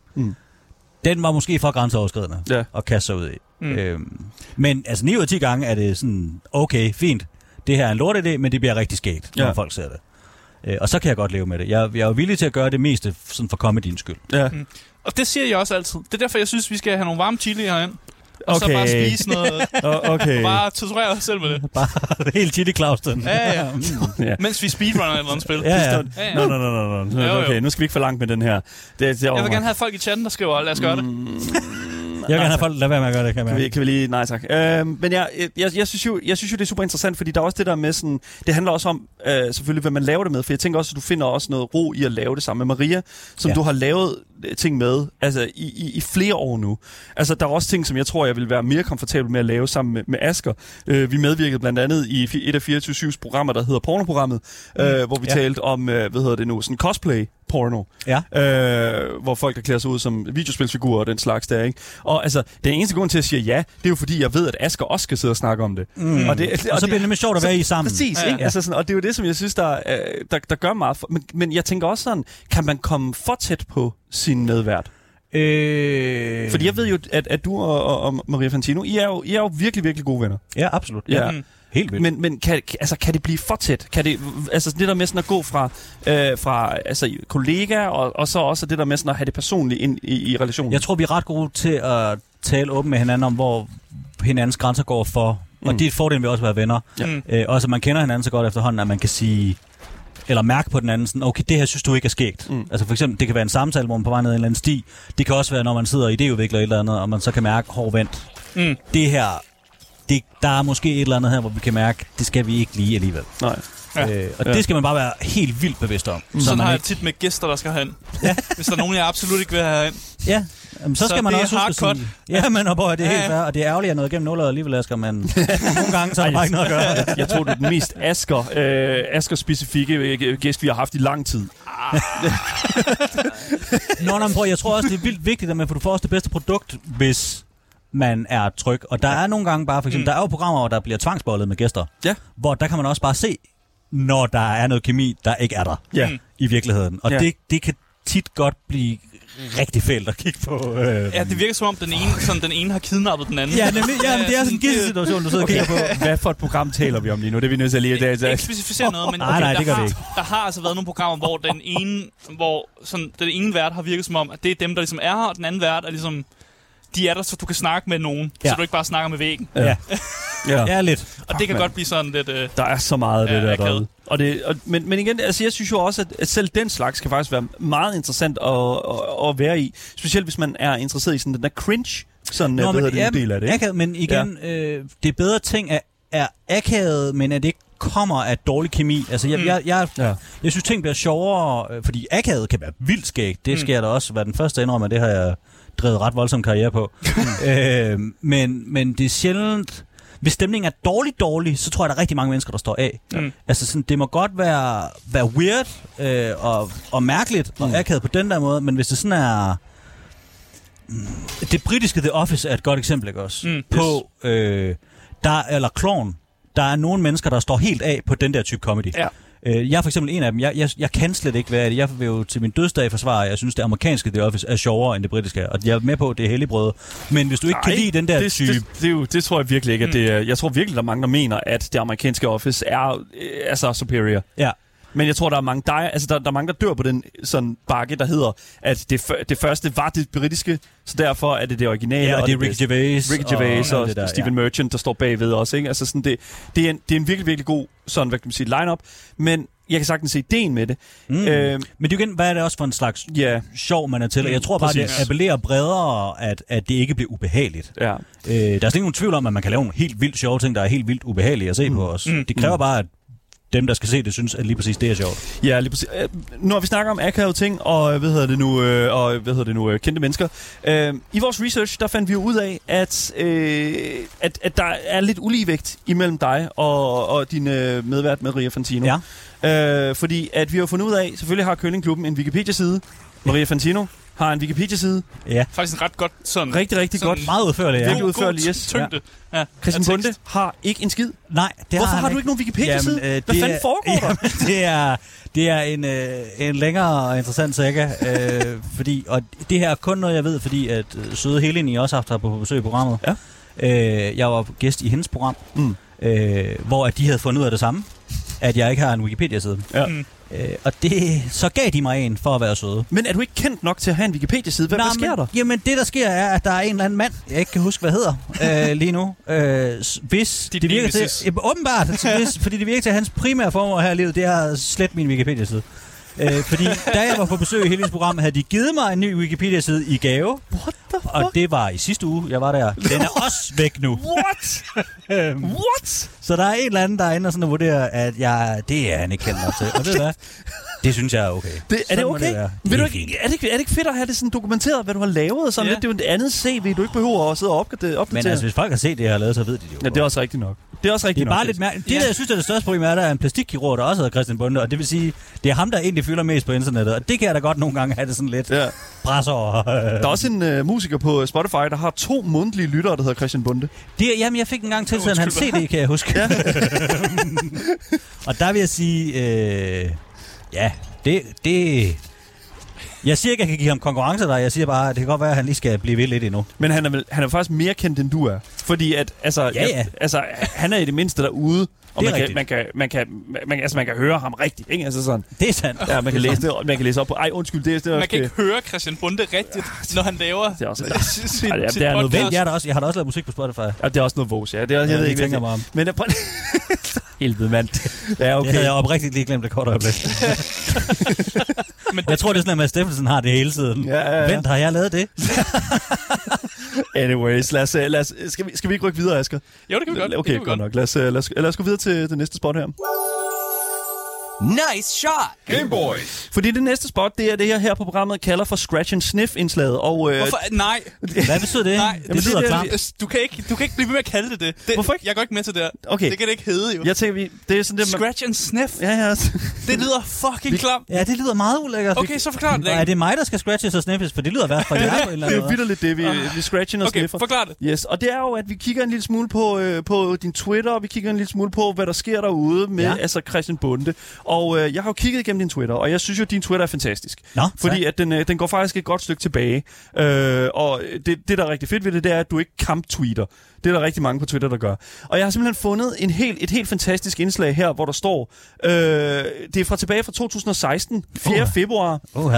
Speaker 4: Den var måske for grænseoverskridende at kaste sig ud i. Men altså 9 ud af 10 gange er det sådan, okay, fint, det her er en lortidé, men det bliver rigtig skægt, når folk ser det. Og så kan jeg godt leve med det. Jeg er jo villig til at gøre det meste sådan for comedyens skyld. Ja.
Speaker 3: Og det siger jeg også altid. Det er derfor, jeg synes, vi skal have nogle varme chili herind. Og så bare spise noget. Og bare torturere os selv med det.
Speaker 4: Bare helt chili Clausen.
Speaker 3: Ja. Mens vi speedrunner et eller andet spil.
Speaker 2: Nå. Okay, nu skal vi ikke for langt med den her.
Speaker 3: Jeg vil gerne have folk i chatten, der skriver, lad os gøre det.
Speaker 4: Jeg vil gerne have folk, lad være med at gøre det,
Speaker 2: kan vi lige... Nej, tak. Men jeg synes jo, det er super interessant, fordi der er også det der med sådan... Det handler også om, selvfølgelig, hvad man laver det med, for jeg tænker også, at du finder også noget ro i at lave det sammen med Maria, som du har lavet ting med, altså i flere år nu. Altså, der er også ting, som jeg tror, jeg vil være mere komfortabel med at lave sammen med Asger. Vi medvirkede blandt andet i et af 24/7's programmer, der hedder Pornoprogrammet, hvor vi talte om, sådan cosplay porno. Ja. Hvor folk der klæder sig ud som videospilsfigurer og den slags der, ikke? Og altså, den eneste grund til at sige ja, det er jo fordi, jeg ved, at Asger også skal sidde og snakke om det.
Speaker 4: Og så bliver det nemlig sjovt at være i sammen.
Speaker 2: Præcis, ikke? Altså sådan, og det er jo det, som jeg synes, der gør meget. Men jeg tænker også sådan, kan man komme for tæt på sin medvært? Fordi jeg ved jo, at du og Maria Fantino, I er jo virkelig, virkelig gode venner.
Speaker 4: Ja, absolut. Ja. Helt vildt.
Speaker 2: Men kan det blive for tæt? Kan det, altså det der med sådan at gå fra altså kollega og så også det der med sådan at have det personligt ind i relationen?
Speaker 4: Jeg tror, vi er ret gode til at tale åbent med hinanden om, hvor hinandens grænser går for. Og det er et fordel ved også at være venner. Ja. Også at man kender hinanden så godt efterhånden, at man kan sige... Eller mærke på den anden, sådan, okay, det her synes du ikke er skægt. Altså for eksempel, det kan være en samtale, hvor man på vej ned i en eller anden sti. Det kan også være, når man sidder og idéudvikler et eller andet, og man så kan mærke, vent. Det her, der er måske et eller andet her, hvor vi kan mærke, det skal vi ikke lige alligevel. Nej. Og det skal man bare være helt vildt bevidst om.
Speaker 3: Sådan har jeg tit med gæster, der skal herind. Ja. Hvis der er nogen, jeg absolut ikke vil have herind.
Speaker 4: Ja, så skal man også huske at sige... Ja, men det er helt fair, og det er ærgerligt, at noget gennem nålet alligevel, Asger, men nogle gange så er der bare ikke noget at gøre.
Speaker 2: Jeg tror, det er den mest Asger-specifikke gæst, vi har haft i lang tid.
Speaker 4: Jeg tror også, det er vildt vigtigt, at du får også det bedste produkt, hvis man er tryg. Og der er nogle gange bare, for eksempel, der er jo programmer, hvor der bliver tvangsbollet med gæster, hvor der kan man også bare se, når der er noget kemi, der ikke er der i virkeligheden. Og det kan tit godt blive rigtig fælt at kigge på.
Speaker 3: Ja, det virker som om, den ene har kidnappet den anden.
Speaker 4: Ja, nemlig, det er sådan en gidssituation, du sidder og kigger på.
Speaker 2: Hvad for et program taler vi om lige nu? Det er vi nødt til at lige at
Speaker 3: ikke specificere noget, men
Speaker 4: nej, det gør det ikke.
Speaker 3: Der har altså været nogle programmer, hvor den ene vært har virket som om, at det er dem, der ligesom er her, og den anden vært er ligesom, de er der, så du kan snakke med nogen, så du ikke bare snakker med væggen.
Speaker 4: Ja, lidt.
Speaker 3: Og det kan godt blive sådan lidt...
Speaker 2: der er så meget af det derude. Men igen, altså jeg synes jo også, at selv den slags kan faktisk være meget interessant at være i. Specielt hvis man er interesseret i sådan den der cringe, sådan en del af det.
Speaker 4: Akavet, men igen, det bedre ting er akavet, men at det ikke kommer af dårlig kemi. Altså jeg synes, ting bliver sjovere, fordi akavet kan være vildt skægt. Det skal jeg da også være den første indrømme, det har jeg drevet ret voldsom karriere på. Men det er sjældent... Hvis stemningen er dårlig, så tror jeg, der er rigtig mange mennesker, der står af. Altså sådan, det må godt være weird og mærkeligt og akavet på den der måde, men hvis det sådan er... Det britiske The Office er et godt eksempel, ikke også? På, eller Klovn, der er nogle mennesker, der står helt af på den der type comedy. Ja. Jeg er for eksempel en af dem. Jeg kan slet ikke være det. Jeg vil jo til min dødsdag forsvare, jeg synes, det amerikanske The Office er sjovere end det britiske. Og jeg er med på, at det er helligbrød. Men hvis du ikke kan lide den der type...
Speaker 2: Det tror jeg virkelig ikke, at det er... Jeg tror virkelig, der er mange, der mener, at det amerikanske Office er så superior. Ja. Men jeg tror, der er mange, der er mange, der dør på den sådan bakke, der hedder, at det første var det britiske, så derfor er det det originale.
Speaker 4: Ja, og det er Ricky Gervais
Speaker 2: og Stephen Merchant, der står bagved også. Ikke? Altså sådan, det er en virkelig, virkelig god sådan, hvad kan man sige, line-up, men jeg kan sagtens se ideen med det.
Speaker 4: Men det er igen, hvad er det også for en slags sjov, man er til? Jeg tror bare, det appellerer bredere, at det ikke bliver ubehageligt. Ja. Der er slet ikke nogen tvivl om, at man kan lave nogle helt vildt sjove ting, der er helt vildt ubehagelige at se på os. Det kræver bare, at dem, der skal se det, synes, at lige præcis det er sjovt. Ja, lige præcis.
Speaker 2: Når vi snakker om akavede ting, og kendte mennesker. I vores research, der fandt vi jo ud af, at der er lidt uligevægt imellem dig og din medvært, Maria Fantino. Ja. Fordi at vi har fundet ud af, selvfølgelig har Curlingklubben en Wikipedia-side. Maria Fantino har en Wikipedia-side.
Speaker 3: Ja. Faktisk en ret godt sådan...
Speaker 2: Rigtig
Speaker 3: sådan
Speaker 2: godt.
Speaker 4: Meget udførligt, ja.
Speaker 2: Udførligt, yes.
Speaker 3: Tyngde. Ja.
Speaker 2: Christian Bonde har ikke en skid.
Speaker 4: Nej, det
Speaker 2: Hvorfor har
Speaker 4: du
Speaker 2: ikke nogen Wikipedia-side? Hvad fanden foregår
Speaker 4: der? Det er en længere og interessant saga, og det her er kun noget, jeg ved, fordi at søde Helen I også haft her på besøg i programmet. Ja. Jeg var gæst i hendes program, hvor at de havde fundet ud af det samme, at jeg ikke har en Wikipedia-side. Ja. Og så gav de mig en for at være søde.
Speaker 2: Men er du ikke kendt nok til at have en Wikipedia-side? Hvad sker der?
Speaker 4: Jamen, det der sker er, at der er en eller anden mand, jeg ikke kan huske, hvad hedder lige nu. Hvis det virker til... Åbenbart, fordi det virker til, at hans primære formål her i livet, det er at slette min Wikipedia-side. Fordi da jeg var på besøg i hele programmet, havde de givet mig en ny Wikipedia-side i gave.
Speaker 2: What the fuck?
Speaker 4: Og det var i sidste uge, jeg var der. Den er også væk nu.
Speaker 2: What?
Speaker 4: Så der er en eller anden, der er inde og sådan at vurdere, at det er han ikke kendt nok til. Og det det synes jeg er okay.
Speaker 2: Er det okay? Er det ikke fedt at have det sådan dokumenteret, hvad du har lavet? Sådan lidt? Det er jo et andet CV, du ikke behøver at sidde og opdatere.
Speaker 4: Men altså, hvis folk har set det, jeg har lavet, så ved de det jo.
Speaker 2: Ja, det er også rigtigt nok. Det er bare lidt
Speaker 4: mærkeligt. Det, der jeg synes, er det største problem, er, at der er en plastikkirurg, der også hedder Christian Bonde, og det vil sige, det er ham, der egentlig fylder mest på internettet, og det kan jeg da godt nogle gange have det sådan lidt pres over. Der
Speaker 2: er også en musiker på Spotify, der har 2 mundtlige lyttere, der hedder Christian Bonde.
Speaker 4: Jamen, jeg fik en gang tilsendt hans CD, kan jeg huske. Ja. Og der vil jeg sige, det... Jeg siger ikke, at jeg kan give ham konkurrence der. Jeg siger bare, at det kan godt være, at han lige skal blive ved lidt endnu.
Speaker 2: Men han er faktisk mere kendt, end du er. Fordi at, han er i det mindste derude. Og man kan høre ham rigtigt, ikke? Altså sådan.
Speaker 4: Det er sandt.
Speaker 2: Ja, man kan læse det, man kan læse op på. Undskyld, det er
Speaker 3: man kan ikke høre Christian Bonde rigtigt, når han laver.
Speaker 2: Det er også
Speaker 4: det er noget vent. Jeg har da også lavet musik på Spotify.
Speaker 2: Ja, det er også noget vås, ja. Det er, jeg ved ikke,
Speaker 4: tænker mig om.
Speaker 2: Men helvede, mand. Ja, okay.
Speaker 4: Det havde jeg oprigtigt lige glemt det kort øjeblik. Men jeg tror, det er sådan, at Mads Steffensen har det hele tiden. Ja. Vent, har jeg lavet det?
Speaker 2: Anyways, skal vi ikke rykke videre, Asger?
Speaker 3: Jo, det kan vi godt.
Speaker 2: Okay, godt nok. Lad os gå videre til det næste spot her.
Speaker 5: Nice shot!
Speaker 1: Game Boys.
Speaker 2: Fordi det næste spot, det er det her på programmet kalder for Scratch and Sniff-indslaget. Og,
Speaker 3: Hvorfor? Nej.
Speaker 4: Hvad betyder det?
Speaker 3: Nej,
Speaker 4: det lyder klart.
Speaker 3: Du kan ikke blive ved med at kalde det.
Speaker 2: Hvorfor ikke?
Speaker 3: Jeg går ikke med til det.
Speaker 2: Okay.
Speaker 3: Det kan det ikke hedde, jo.
Speaker 2: Jeg tænker, det er sådan det...
Speaker 3: Scratch and Sniff.
Speaker 2: Ja.
Speaker 3: Det lyder fucking klamt.
Speaker 4: Ja, det lyder meget ulækkert.
Speaker 3: Okay, så forklar det.
Speaker 4: Er det mig, der skal scratches og sniffes? For det lyder værd for jer på en eller anden
Speaker 2: Det er
Speaker 4: måde.
Speaker 2: vitterligt det, vi scratcher og sniffer.
Speaker 3: Okay, forklar det.
Speaker 2: Yes, og det er jo, at vi kigger en lille smule på din Twitter, og vi kigger en lille smule på, hvad der sker derude med altså Christian Bonde. Og jeg har jo kigget igennem din Twitter, og jeg synes jo, at din Twitter er fantastisk.
Speaker 4: Nå,
Speaker 2: fordi at den går faktisk et godt stykke tilbage. Og det, der er rigtig fedt ved det, det er, at du ikke kamp-tweeter. Det er der rigtig mange på Twitter, der gør. Og jeg har simpelthen fundet et helt fantastisk indslag her, hvor der står, det er fra tilbage fra 2016, 4. februar.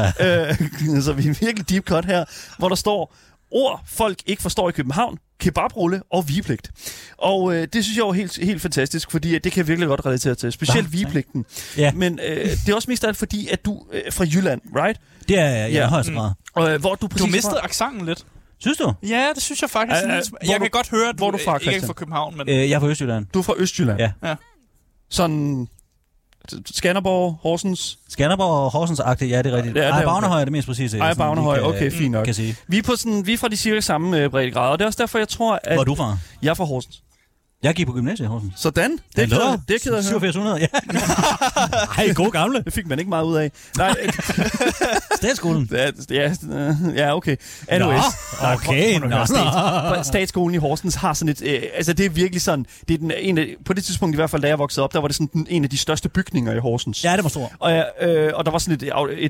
Speaker 2: Så vi er virkelig deep cut her, hvor der står, ord folk ikke forstår i København, kebabrulle og vigepligt. Og det synes jeg er helt fantastisk, fordi det kan jeg virkelig godt relatere til. Specielt vigepligten.
Speaker 4: Ja.
Speaker 2: Men det er også mest af alt fordi, at du er fra Jylland, right?
Speaker 4: Det er jeg i højeste grad.
Speaker 2: Hvor du
Speaker 3: Du mistede accenten lidt.
Speaker 4: Synes du?
Speaker 3: Ja, det synes jeg faktisk. Jeg kan godt høre, at
Speaker 2: hvor du fra,
Speaker 3: ikke er fra København, men...
Speaker 4: Jeg er fra Østjylland.
Speaker 2: Du er fra Østjylland?
Speaker 4: Ja.
Speaker 2: Sådan... Skanderborg, Horsens...
Speaker 4: Skanderborg og Horsens-agtigt, ja, det er rigtigt. Ej, Bagnehøj er det mest præcise.
Speaker 2: Ej, Bagnehøj, okay, fint nok.
Speaker 4: Kan sige.
Speaker 2: Vi er fra de cirka samme breddegrader, og det er også derfor, jeg tror, at...
Speaker 4: Hvor er du fra?
Speaker 2: Jeg er fra Horsens.
Speaker 4: Jeg gik på gymnasiet i Horsens.
Speaker 2: Sådan. Det er ked af at høre.
Speaker 4: 8700, ja. Ej, god gamle.
Speaker 2: Det fik man ikke meget ud af. Nej.
Speaker 4: Statsskolen.
Speaker 2: Ja, okay. Anyways.
Speaker 4: Okay.
Speaker 2: Statsskolen i Horsens har sådan et... altså, det er virkelig sådan... Det er på det tidspunkt, i hvert fald, da jeg voksede op, der var det sådan en af de største bygninger i Horsens.
Speaker 4: Ja, det var stor.
Speaker 2: Og der var sådan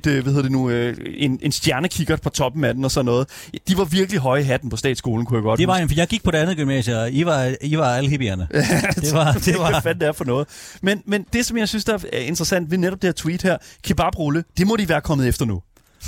Speaker 2: en stjernekikkert på toppen af den og sådan noget. De var virkelig høje i hatten på statsskolen, kunne jeg godt
Speaker 4: huske. For jeg gik på det andet gymnasie, og I var alle hippierne. det var
Speaker 2: hvad fanden det er for noget. Men det, som jeg synes, der er interessant ved netop det her tweet her, kebabrulle, det må de være kommet efter nu.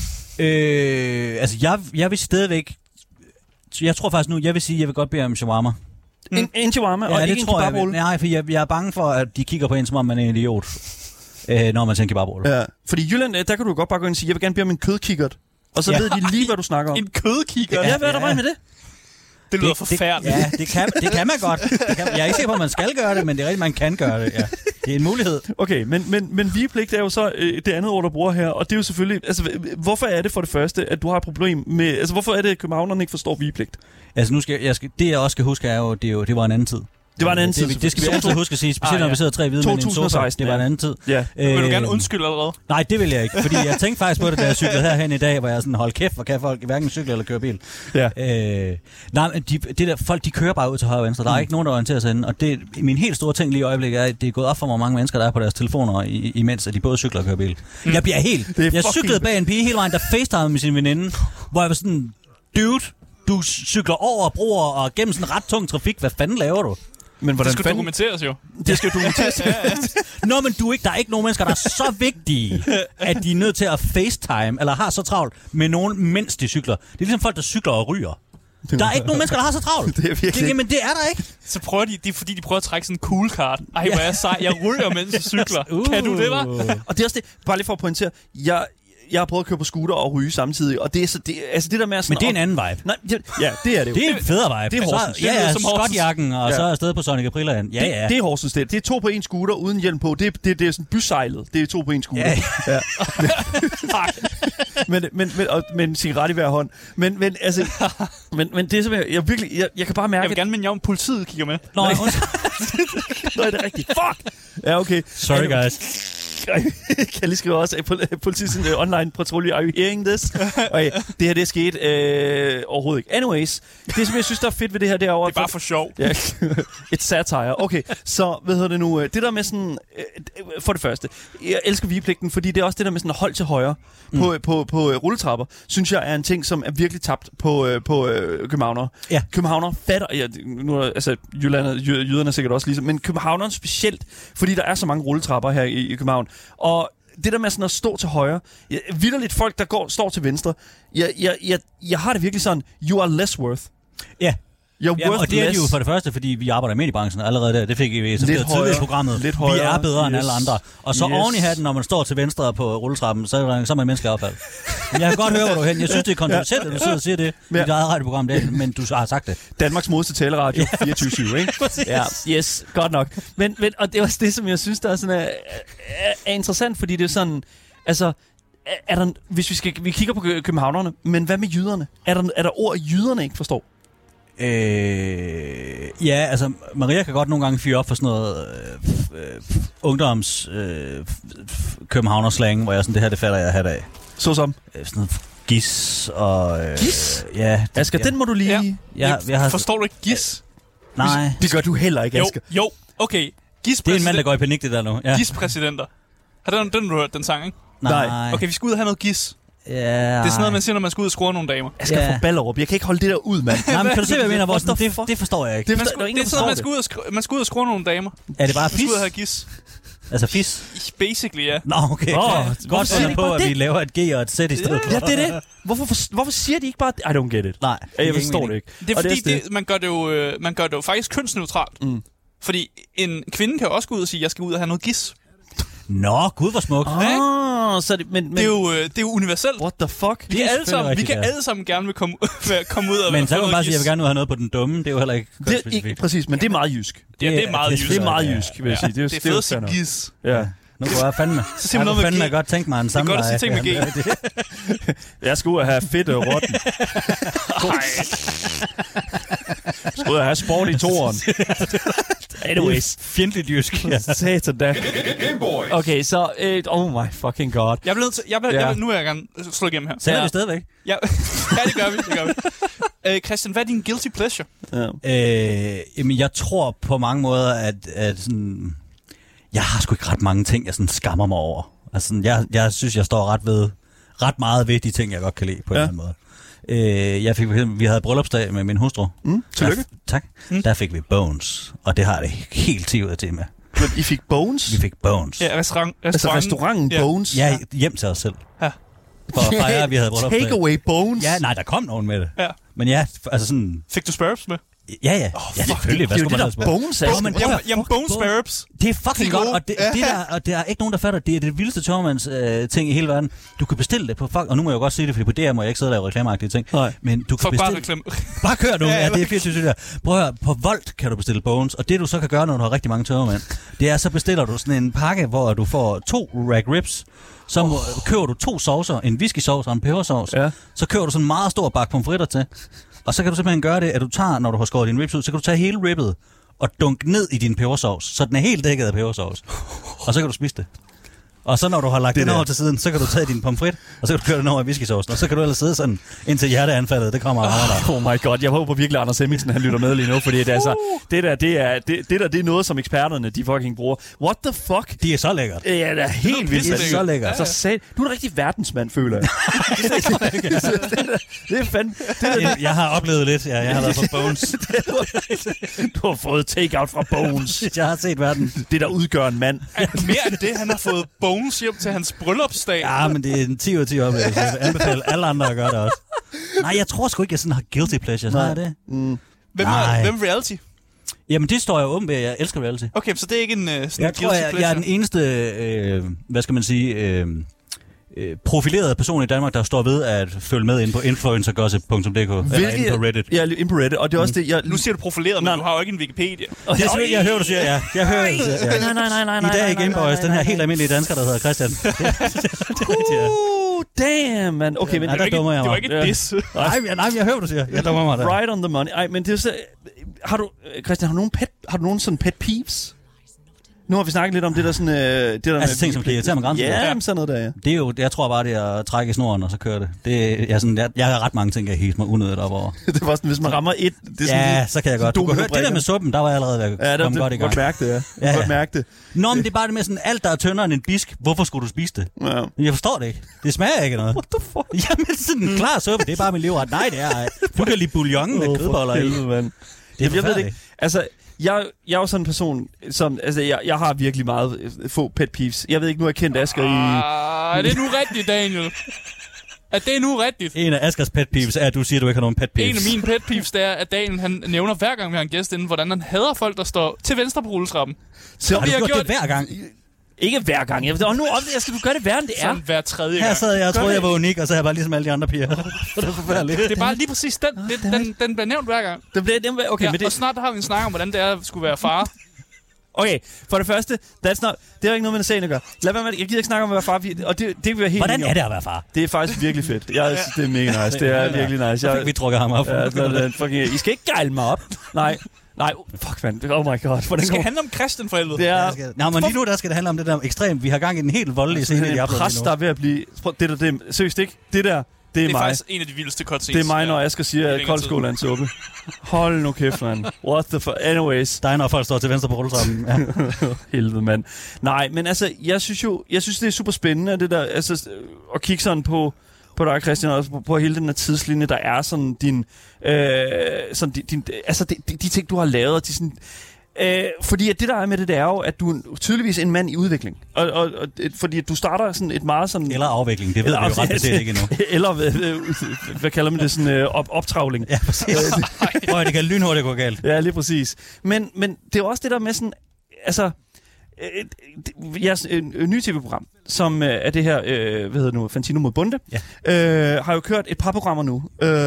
Speaker 4: Altså, jeg vil stadigvæk... Jeg tror faktisk nu, jeg vil sige, jeg vil godt bede om shawarma.
Speaker 2: En shawarma, og ikke en kebabrulle?
Speaker 4: Nej, for jeg er bange for, at de kigger på en, som om man er en idiot, når man tænker kebabrulle.
Speaker 2: Ja, fordi i Jylland, der kan du godt bare gå ind og sige, jeg vil gerne bede om en kødkikkert. Og så ved de lige, hvad du snakker om.
Speaker 3: En kødkikkert?
Speaker 2: Ja, hvad er der med det?
Speaker 3: Det lyder forfærdeligt.
Speaker 4: Ja, det kan man godt. Jeg er ikke sikker på, at man skal gøre det, men det er rigtigt, man kan gøre det. Ja. Det er en mulighed.
Speaker 2: Okay, men vigepligt er jo så det andet ord, der bruger her, og det er jo selvfølgelig... Altså, hvorfor er det for det første, at du har et problem med... Altså, hvorfor er det, at københavnerne ikke forstår vigepligt?
Speaker 4: Altså, det jeg også skal huske, er jo, det var en anden tid.
Speaker 2: Det var en anden tid.
Speaker 4: Det skal vi altid huske at sige, specielt når vi sidder 3 hvide mænd i en sofa. Det var en anden tid.
Speaker 2: Ja.
Speaker 3: Vil du gerne undskylde allerede?
Speaker 4: Nej, det vil jeg ikke, fordi jeg tænkte faktisk på det, da jeg cyklede herhen i dag, hvor jeg sådan, hold kæft, hvor kan folk hverken cykle eller køre bil.
Speaker 2: Ja.
Speaker 4: Nej, men folk, de kører bare ud til højre og venstre. Der er ikke nogen, der orienterer sig inden. Og det, min helt store ting lige i øjeblikket er, at det er gået op for, hvor mange mennesker, der er på deres telefoner, imens at de både cykler og kører bil. Jeg bliver helt... Jeg cyklede bag en pige hele vejen, der facetimede med sin veninde, hvor jeg var sådan, dude, du cykler over broer og gennem sådan ret tung trafik. Hvad fanden laver du?
Speaker 2: Men
Speaker 3: det skal dokumenteres jo.
Speaker 2: Det skal dokumenteres.
Speaker 4: Nå, men der er ikke nogen mennesker, der er så vigtige, at de er nødt til at facetime, eller har så travlt med nogen, mens de cykler. Det er ligesom folk, der cykler og ryger. Der er ikke nogen mennesker, der har så travlt.
Speaker 2: Det er virkelig...
Speaker 4: Jamen, det er der ikke.
Speaker 3: Så prøver det er fordi, de prøver at trække sådan en cool card. Ej, hvor er jeg sej. Jeg ryger, mens jeg cykler. Kan du det, hva'?
Speaker 2: Og det er også det, bare lige for at pointere, jeg har prøvet at køre på scooter og ryge samtidig, og det er så altså det der med sådan.
Speaker 4: Men det er en anden vibe.
Speaker 2: Nej, ja, det er det jo.
Speaker 4: Det er en federe vibe.
Speaker 2: Det er Horsens.
Speaker 4: Ja, skotjakken og så afsted på Sonic Aprilaen. Ja.
Speaker 2: Det er Horsens det. Det er 2 på 1 scooter uden hjelm på. Det er sådan bysejlet. Det er 2 på 1 scooter. Ja. men cigaret i hver hånd. Men det er simpelthen jeg virkelig jeg kan bare mærke.
Speaker 3: Jeg vil gerne minde jer om politiet kigger med.
Speaker 2: Nej, det er rigtigt. Fuck. Ja, okay.
Speaker 4: Sorry guys.
Speaker 2: Kan jeg lige skrive også, politiets online patrulje, are you hearing this? Okay, det her, det er sket overhovedet ikke. Anyways, det som jeg synes, der er fedt ved det her, det er over...
Speaker 3: Det er bare for sjov.
Speaker 2: Ja, et satire. Okay, så hvad hedder det nu? Det der med sådan... For det første, jeg elsker vigepligten, fordi det er også det der med sådan at holde til højre på rulletrapper, synes jeg er en ting, som er virkelig tabt på københavnere.
Speaker 4: Ja.
Speaker 2: Københavnere fatter... Ja, nu er, altså, jyderne sikkert også ligesom, men københavnere specielt, fordi der er så mange rulletrapper her i København. Og det der med sådan at stå til højre, vitterligt folk, der står til venstre, jeg har det virkelig sådan, you are less worth.
Speaker 4: Ja. Og det er de jo for det første, fordi vi arbejder i mediebranchen allerede der. Det fik vi etableret tidligere i programmet. Vi er bedre end alle andre. Og så oven i hatten, når man står til venstre på rulletrappen, så er man menneskelig affald. Men jeg kan godt høre, hvor du er hen. Jeg synes, det er kontroversielt, at du sidder og siger det i dit eget radioprogram, men du har sagt det.
Speaker 2: Danmarks modeste taleradio 24/7, ikke? Ja, yes, godt nok. Men, og det er også det, som jeg synes, der er, sådan, er interessant, fordi det er sådan, altså, er der, hvis vi kigger på københavnerne, men hvad med jyderne? Er der ord, jyderne ikke forstår?
Speaker 4: Ja, altså, Maria kan godt nogle gange fyre op for sådan noget ungdoms københavnerslang, hvor jeg sådan, det her, det falder jeg hat af.
Speaker 2: Så som?
Speaker 4: Sådan noget gis og...
Speaker 2: Gis?
Speaker 4: Ja.
Speaker 2: Asger, den må du lige...
Speaker 4: Ja. Jeg har...
Speaker 3: Forstår du ikke gis?
Speaker 4: Nej.
Speaker 2: Det gør du heller ikke, Asger.
Speaker 3: Jo, okay.
Speaker 4: Det er en mand, der går i panik, det der nu. Ja.
Speaker 3: Gis-præsidenter. Har den hørt, den sang, ikke?
Speaker 2: Nej.
Speaker 3: Okay, vi skal ud og have noget gis.
Speaker 4: Ja.
Speaker 3: Det er sådan noget, man siger, når man skal ud og score nogle damer.
Speaker 2: Jeg skal få Ballerup. Jeg kan ikke holde det der ud, mand.
Speaker 4: Nej, men kan du se, hvad jeg mener? Hvor det forstår jeg ikke.
Speaker 3: Det er sådan, man skal ud og score nogle damer.
Speaker 4: Er det bare
Speaker 3: fis? Man skal ud og have gis.
Speaker 4: Altså fis?
Speaker 3: Basically, ja.
Speaker 4: Nå, okay. Godt fundet på, at vi laver et G og et Z i stedet.
Speaker 2: Ja, det er det. Hvorfor siger de ikke bare... I don't get it.
Speaker 4: Nej.
Speaker 2: Jeg forstår det ikke.
Speaker 3: Det er fordi, man gør det jo faktisk kønsneutralt. Fordi en kvinde kan jo også gå ud og sige, jeg skal ud og have noget gis.
Speaker 4: Nå, gud, hvor smukt.
Speaker 2: Så det,
Speaker 3: det er jo universelt.
Speaker 2: What the fuck?
Speaker 3: Vi kan alle sammen gerne vil komme ud og
Speaker 4: men så kan man bare sige, at jeg vil gerne have noget på den dumme. Det er jo heller ikke
Speaker 2: specifikt. Præcis, men det er meget jysk.
Speaker 3: Det er meget jysk.
Speaker 2: Det er meget jysk, vil jeg sige.
Speaker 3: Det er fedt at sige gis.
Speaker 2: Ja.
Speaker 4: Nu går jeg fandme.
Speaker 3: Så siger man noget med G.
Speaker 4: Jeg godt tænke mig en samleje.
Speaker 3: Det er godt at sige ting med
Speaker 2: G. Jeg skal ud og have fedt og rotten. Skal ud og have sport i toren. Anyways.
Speaker 4: Fjendtligt jysk.
Speaker 2: Satan da. Okay, så... oh my fucking god.
Speaker 3: Nu er jeg gerne slå igennem her.
Speaker 4: Sælger vi stadigvæk?
Speaker 3: Ja, det gør vi. Christian, hvad er din guilty pleasure?
Speaker 4: Jamen, jeg tror på mange måder, at sådan... Jeg har sgu ikke ret mange ting, jeg sådan skammer mig over. Altså, jeg synes, jeg står ret meget ved de ting, jeg godt kan lide på en eller anden måde. Vi havde bryllupsdag med min hustru.
Speaker 2: Tillykke.
Speaker 4: Tak. Der fik vi Bones, og det har det helt tivet til med.
Speaker 2: Men I fik Bones?
Speaker 4: Vi fik Bones.
Speaker 3: Ja,
Speaker 2: restauranten Bones?
Speaker 4: Ja, hjem til os selv.
Speaker 3: Ja.
Speaker 4: For at fejre, at vi havde bryllupsdag.
Speaker 2: Takeaway Bones?
Speaker 4: Ja, nej, der kom nogen med det.
Speaker 3: Ja.
Speaker 4: Men ja, altså sådan...
Speaker 3: Fik du spurps med?
Speaker 4: Ja, selvfølgelig.
Speaker 2: Det er jo det der Bones er.
Speaker 3: Jamen, Bones spurps.
Speaker 4: Det er fucking godt, og der er ikke nogen, der fatter, det er det vildeste tørmands ting i hele verden. Du kan bestille det på og nu må jeg jo godt sige det, fordi på DR må jeg ikke sidde og lave reklameagtige ting.
Speaker 2: Nej.
Speaker 4: Men du kan bestille... Bare kør nu, ja, det er 24 der. Prøv at høre, på Volt kan du bestille Bones, og det du så kan gøre, når du har rigtig mange tørmænd, det er, så bestiller du sådan en pakke, hvor du får 2 rack ribs, så køber du 2 saucer, en whisky-sauce og en pebersauce. Ja. Så køber du sådan en meget stor bakke pomfritter til. Og så kan du simpelthen gøre det, at du tager, når du har skåret din ribs ud, så kan du tage hele ribbet og dunke ned i din pebersauce, så den er helt dækket af pebersauce. Og så kan du spise det. Og så når du har lagt den over til siden, så kan du tage din pomfrit, og så kan du køre den over i whiskysaucen, og så kan du ellers sidde sådan, indtil hjerteanfaldet, det kommer over dig.
Speaker 2: Oh my god, jeg håber virkelig, Anders Hemmingsen, han lytter med lige nu, fordi det, altså, det er noget, som eksperterne, de fucking bruger. What the fuck?
Speaker 4: De er så lækkert.
Speaker 2: Ja, det er helt vildt.
Speaker 4: De er så lækkert.
Speaker 2: Du er en rigtig verdensmand, føler jeg. Det er fandme...
Speaker 4: Jeg har oplevet lidt, jeg har været på Bones.
Speaker 2: Du har fået take-out fra Bones.
Speaker 4: Jeg har set verden.
Speaker 2: Det, der udgør en mand.
Speaker 3: Mere end det, han har fået Bones hjem til hans bryllupsdag.
Speaker 4: Ja, men det er en 10 ud af 10 oplevelse. Jeg vil anbefale alle andre at gøre det også. Nej, jeg tror sgu ikke, jeg sådan har guilty pleasures. Nej, det.
Speaker 3: Hvem reality?
Speaker 4: Jamen, det står jeg åben ved. Jeg elsker reality.
Speaker 3: Okay, så det er ikke en sådan
Speaker 4: jeg tror, jeg er den eneste, hvad skal man sige, profilerede person i Danmark, der står ved at følge med ind på influencergossip.dk eller ind på Reddit.
Speaker 2: Ja, ind på Reddit, og det er også det...
Speaker 3: Nu siger du profileret, men du har jo ikke en Wikipedia.
Speaker 4: Det er jeg hører, du siger, ja. Jeg hører, du siger, ja.
Speaker 2: Nej.
Speaker 4: I dag i Gameboys, den her helt almindelige dansker, der hedder Christian. Det er rigtigt, ja.
Speaker 2: Damn, man. Okay, men
Speaker 3: det var ikke et diss.
Speaker 4: Nej, jeg hører, du siger. Jeg dummer mig der.
Speaker 2: Right on the money. Ej, men det er så... Christian, har du nogen sådan pet peeves? Nu har vi snakket lidt om det der sådan... det der
Speaker 4: altså ting, som kan irritere mig grænsen?
Speaker 2: Ja, sådan noget der, ja.
Speaker 4: Det er jo, jeg tror bare, det er at trække i snoren, og så køre det. Jeg har ret mange ting, jeg helt mig unødigt op over.
Speaker 2: Det var sådan, hvis man rammer et... Det er sådan,
Speaker 4: ja, så kan jeg godt. Du kan høre, det der med suppen, der var jeg allerede ved at komme godt i gang.
Speaker 2: Ja, mærke det, ja. Godt mærke det.
Speaker 4: Nå, men det er bare det med sådan, alt der er tyndere end en bisk. Hvorfor skulle du spise det? Ja. Jeg forstår det ikke. Det smager ikke noget.
Speaker 2: What the fuck?
Speaker 4: Jamen, sådan en klar suppe, det er bare min livret. Nej, det er ej. Du kan lide bouillon med kødboller i.
Speaker 2: Det er jeg ved det ikke. Altså... Jeg er jo sådan en person, som... Altså, jeg har virkelig meget få pet peeves. Jeg ved ikke, nu har jeg kendt Asger i...
Speaker 3: Er det nu rigtigt, Daniel? at det er nu rigtigt.
Speaker 4: En af Askers pet peeves er, at du siger, at du ikke har nogen pet peeves.
Speaker 3: En af mine pet peeves, det er, at Daniel han nævner hver gang, vi har en gæst inden, hvordan han hader folk, der står til venstre på rulletrappen.
Speaker 4: Så har du gjort det hver gang?
Speaker 2: Ikke hver gang. Jeg skal du gøre det værre, end det er.
Speaker 3: Sådan hver tredje gang.
Speaker 4: Her sad jeg og troede, jeg var unik, og så er jeg bare ligesom alle de andre piger. Det er forfærdeligt.
Speaker 3: Det er bare lige præcis den bliver nævnt hver gang.
Speaker 2: Okay,
Speaker 3: ja,
Speaker 2: men det...
Speaker 3: Og snart har vi en snak om, hvordan det er at skulle være far.
Speaker 2: Okay, for det første, det har ikke noget med sagen at gøre. Lad være med, jeg gider ikke snakke om at være far, og det vil være helt...
Speaker 4: Hvordan er det at være far?
Speaker 2: Det er faktisk virkelig fedt. Jeg synes, det er mega nice. Det er virkelig nice.
Speaker 4: Vi trukker ham op.
Speaker 2: I skal ikke gejle mig op. Nej, fuck man. Oh my god.
Speaker 3: Det skal handle om Christian for helvede.
Speaker 2: Det er...
Speaker 4: Nå, men lige nu der skal det handle om det der ekstremt. Vi har gang i en helt voldelig scene.
Speaker 2: Det er en præst, der er ved at blive... Seriøst ikke? Det der... Det er mig.
Speaker 3: Faktisk en af de vildeste cutscenes.
Speaker 2: Det er mig, når Asger siger, at koldskål er en suppe. Hold nu kæft, man. What the fuck? Anyways.
Speaker 4: Der er når folk står til venstre på rulletrappen. Ja.
Speaker 2: Helvede, mand. Nej, men altså, jeg synes, det er super spændende, det der, altså, at kigge sådan på dig, Christian, og på hele den her tidslinje, der er sådan de ting, du har lavet, de sådan... fordi at det der er med det er jo, at du er tydeligvis en mand i udvikling. Og fordi at du starter sådan et meget sådan...
Speaker 4: Eller afvikling, det ved vi jo ret beset ikke endnu.
Speaker 2: Eller, hvad kalder man det, sådan optravling.
Speaker 4: Ja, præcis. Prøv at det kan lynhurtigt gå galt.
Speaker 2: Ja, lige præcis. Men det er jo også det der med sådan... Altså... Jeres nye tv-program, som er det her, Fantino mod Bunde, har jo kørt et par programmer nu,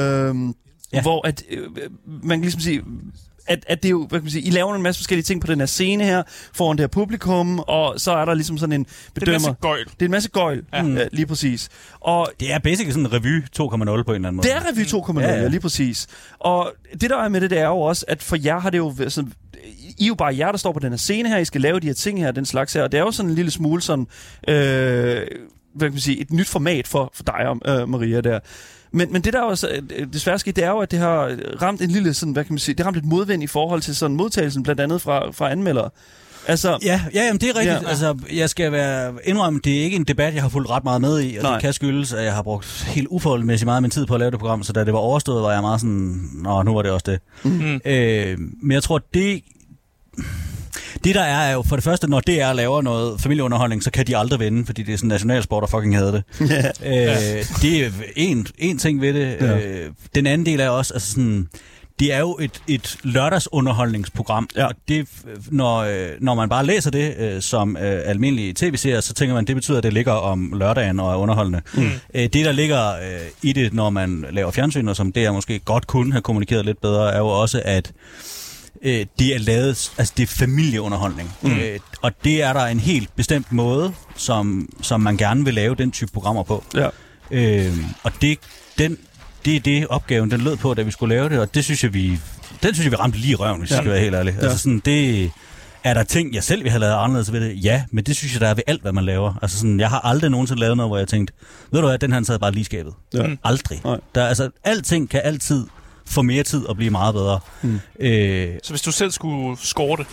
Speaker 2: hvor at man kan ligesom sige... At det er jo, hvad kan man sige, I laver en masse forskellige ting på den her scene her, foran det her publikum, og så er der ligesom sådan en bedømmer. Det er en masse gøjl. Ja, lige præcis. Og
Speaker 4: det er basically sådan en revy 2.0 på en eller anden måde.
Speaker 2: Det er revy 2.0, ja, lige præcis. Og det der er med det er jo også, at for jer har det jo sådan, I er jo bare jer, der står på den her scene her, I skal lave de her ting her, den slags her, og det er jo sådan en lille smule sådan, hvad kan man sige, et nyt format for dig og Maria der. Men det der også desværre skete, det er jo, at det har ramt en lille sådan, hvad kan man sige, det har ramt et modvind i forhold til sådan modtagelsen, blandt andet fra anmeldere. Altså,
Speaker 4: jamen, det er rigtigt. Ja. Altså, jeg skal indrømme, det er ikke en debat, jeg har fulgt ret meget med i, og det kan skyldes, at jeg har brugt helt uforholdsmæssigt meget af min tid på at lave det program, så da det var overstået, var jeg meget sådan, nu var det også det. Mm-hmm. Men jeg tror, det der er jo, for det første, når DR laver noget familieunderholdning, så kan de aldrig vinde, fordi det er sådan en nationalsport, der fucking havde det. Det er en ting ved det. Ja. Den anden del er også, altså sådan, det er jo et lørdagsunderholdningsprogram, og det, når man bare læser det som almindelige tv-serier, så tænker man, det betyder, at det ligger om lørdagen og er underholdende. Det, der ligger i det, når man laver fjernsyn, og som DR måske godt kunne have kommunikeret lidt bedre, er jo også, at det er lavet, altså det er familieunderholdning. Og det er der en helt bestemt måde, som man gerne vil lave den type programmer på. Ja. Og det er det opgaven, den lød på, da vi skulle lave det, og det synes jeg, vi ramte lige i røven, hvis jeg skal være helt ærlig. Ja. Altså sådan, det er der ting, jeg selv vil have lavet anderledes ved det? Ja, men det synes jeg, der er ved alt, hvad man laver. Altså sådan, jeg har aldrig nogensinde lavet noget, hvor jeg tænkte, ved du hvad, den her sad bare lige skabet. Ja. Aldrig. Alting kan altid få mere tid og blive meget bedre.
Speaker 3: Så hvis du selv skulle score det?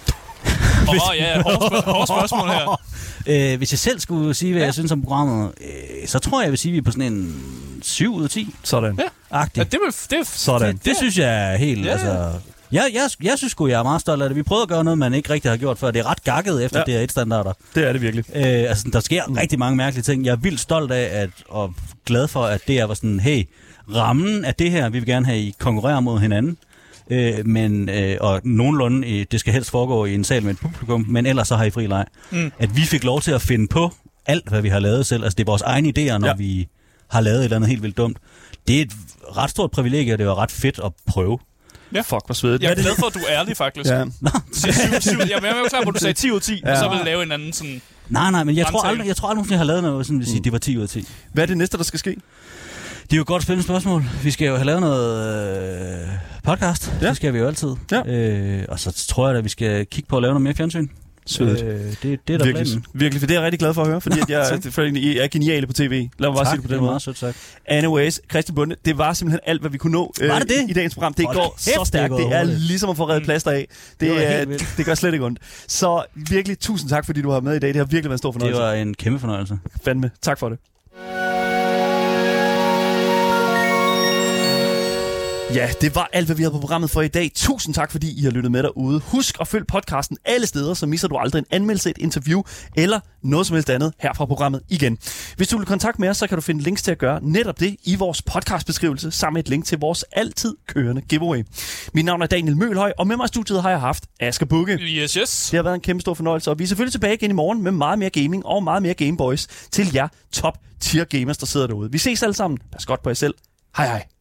Speaker 3: Hårdt spørgsmål her.
Speaker 4: Hvis jeg selv skulle sige, hvad jeg synes om programmet, så tror jeg vil sige, at vi er på sådan en 7 ud af 10.
Speaker 2: Sådan.
Speaker 3: Ja,
Speaker 2: det
Speaker 4: synes jeg er helt... Ja. Altså, jeg synes sgu, jeg er meget stolt af det. Vi prøvede at gøre noget, man ikke rigtig har gjort før. Det er ret gakket efter DR1-standarder.
Speaker 2: Det er det virkelig.
Speaker 4: Altså, der sker rigtig mange mærkelige ting. Jeg er vildt stolt af og glad for, at DR var sådan, hey, rammen af det her, vi vil gerne have, I konkurrerer mod hinanden. Og nogenlunde, det skal helst foregå i en sal med et publikum, men ellers så har I fri leg. At vi fik lov til at finde på alt, hvad vi har lavet selv. Altså, det er vores egne idéer, når vi har lavet et eller andet helt vildt dumt. Det er et ret stort privilegie, og det var ret fedt at prøve.
Speaker 2: Ja. Fuck, hvor svedigt.
Speaker 3: Jeg er glad for, at du er ærlig, faktisk. Ja. Jeg er jo klar på, at du sagde 10 ud af 10, og så vil du lave en anden sådan...
Speaker 4: Nej, men jeg tror aldrig, jeg har lavet noget, sådan vil sige, det var 10 ud af 10.
Speaker 2: Hvad er det næste, der skal ske?
Speaker 4: Det er jo et godt spændende spørgsmål. Vi skal jo have lavet noget podcast. Det skal vi jo altid. Ja. Og så tror jeg, at vi skal kigge på at lave noget mere fjernsyn.
Speaker 2: Svedigt.
Speaker 4: Det er der planen.
Speaker 2: Virkelig, for det er jeg rigtig glad for at høre, fordi at I er geniale på tv. Lad mig bare sige det på den måde.
Speaker 4: Meget sødt sagt.
Speaker 2: Anyways, Christian Bunde, det var simpelthen alt, hvad vi kunne nå i dagens program. Det går så stærkt. Det er ligesom at få reddet plaster af. Det gør slet ikke ondt. Så virkelig, tusind tak, fordi du har med i dag. Det har virkelig været en stor fornøjelse.
Speaker 4: Det var en kæmpe fornøjelse.
Speaker 2: Fandme. Tak for det. Ja, det var alt, hvad vi havde på programmet for i dag. Tusind tak, fordi I har lyttet med derude. Husk at følge podcasten alle steder, så misser du aldrig en anmeldelse, et interview eller noget som helst andet her fra programmet igen. Hvis du vil kontakte med os, så kan du finde links til at gøre netop det i vores podcastbeskrivelse, sammen med et link til vores altid kørende giveaway. Mit navn er Daniel Mølhøj, og med mig i studiet har jeg haft Asger Bukke.
Speaker 3: Yes.
Speaker 2: Det har været en kæmpe stor fornøjelse, og vi er selvfølgelig tilbage igen i morgen med meget mere gaming og meget mere Gameboys til jer top tier gamers, der sidder derude. Vi ses alle sammen. Pas godt på jer selv. Hej hej.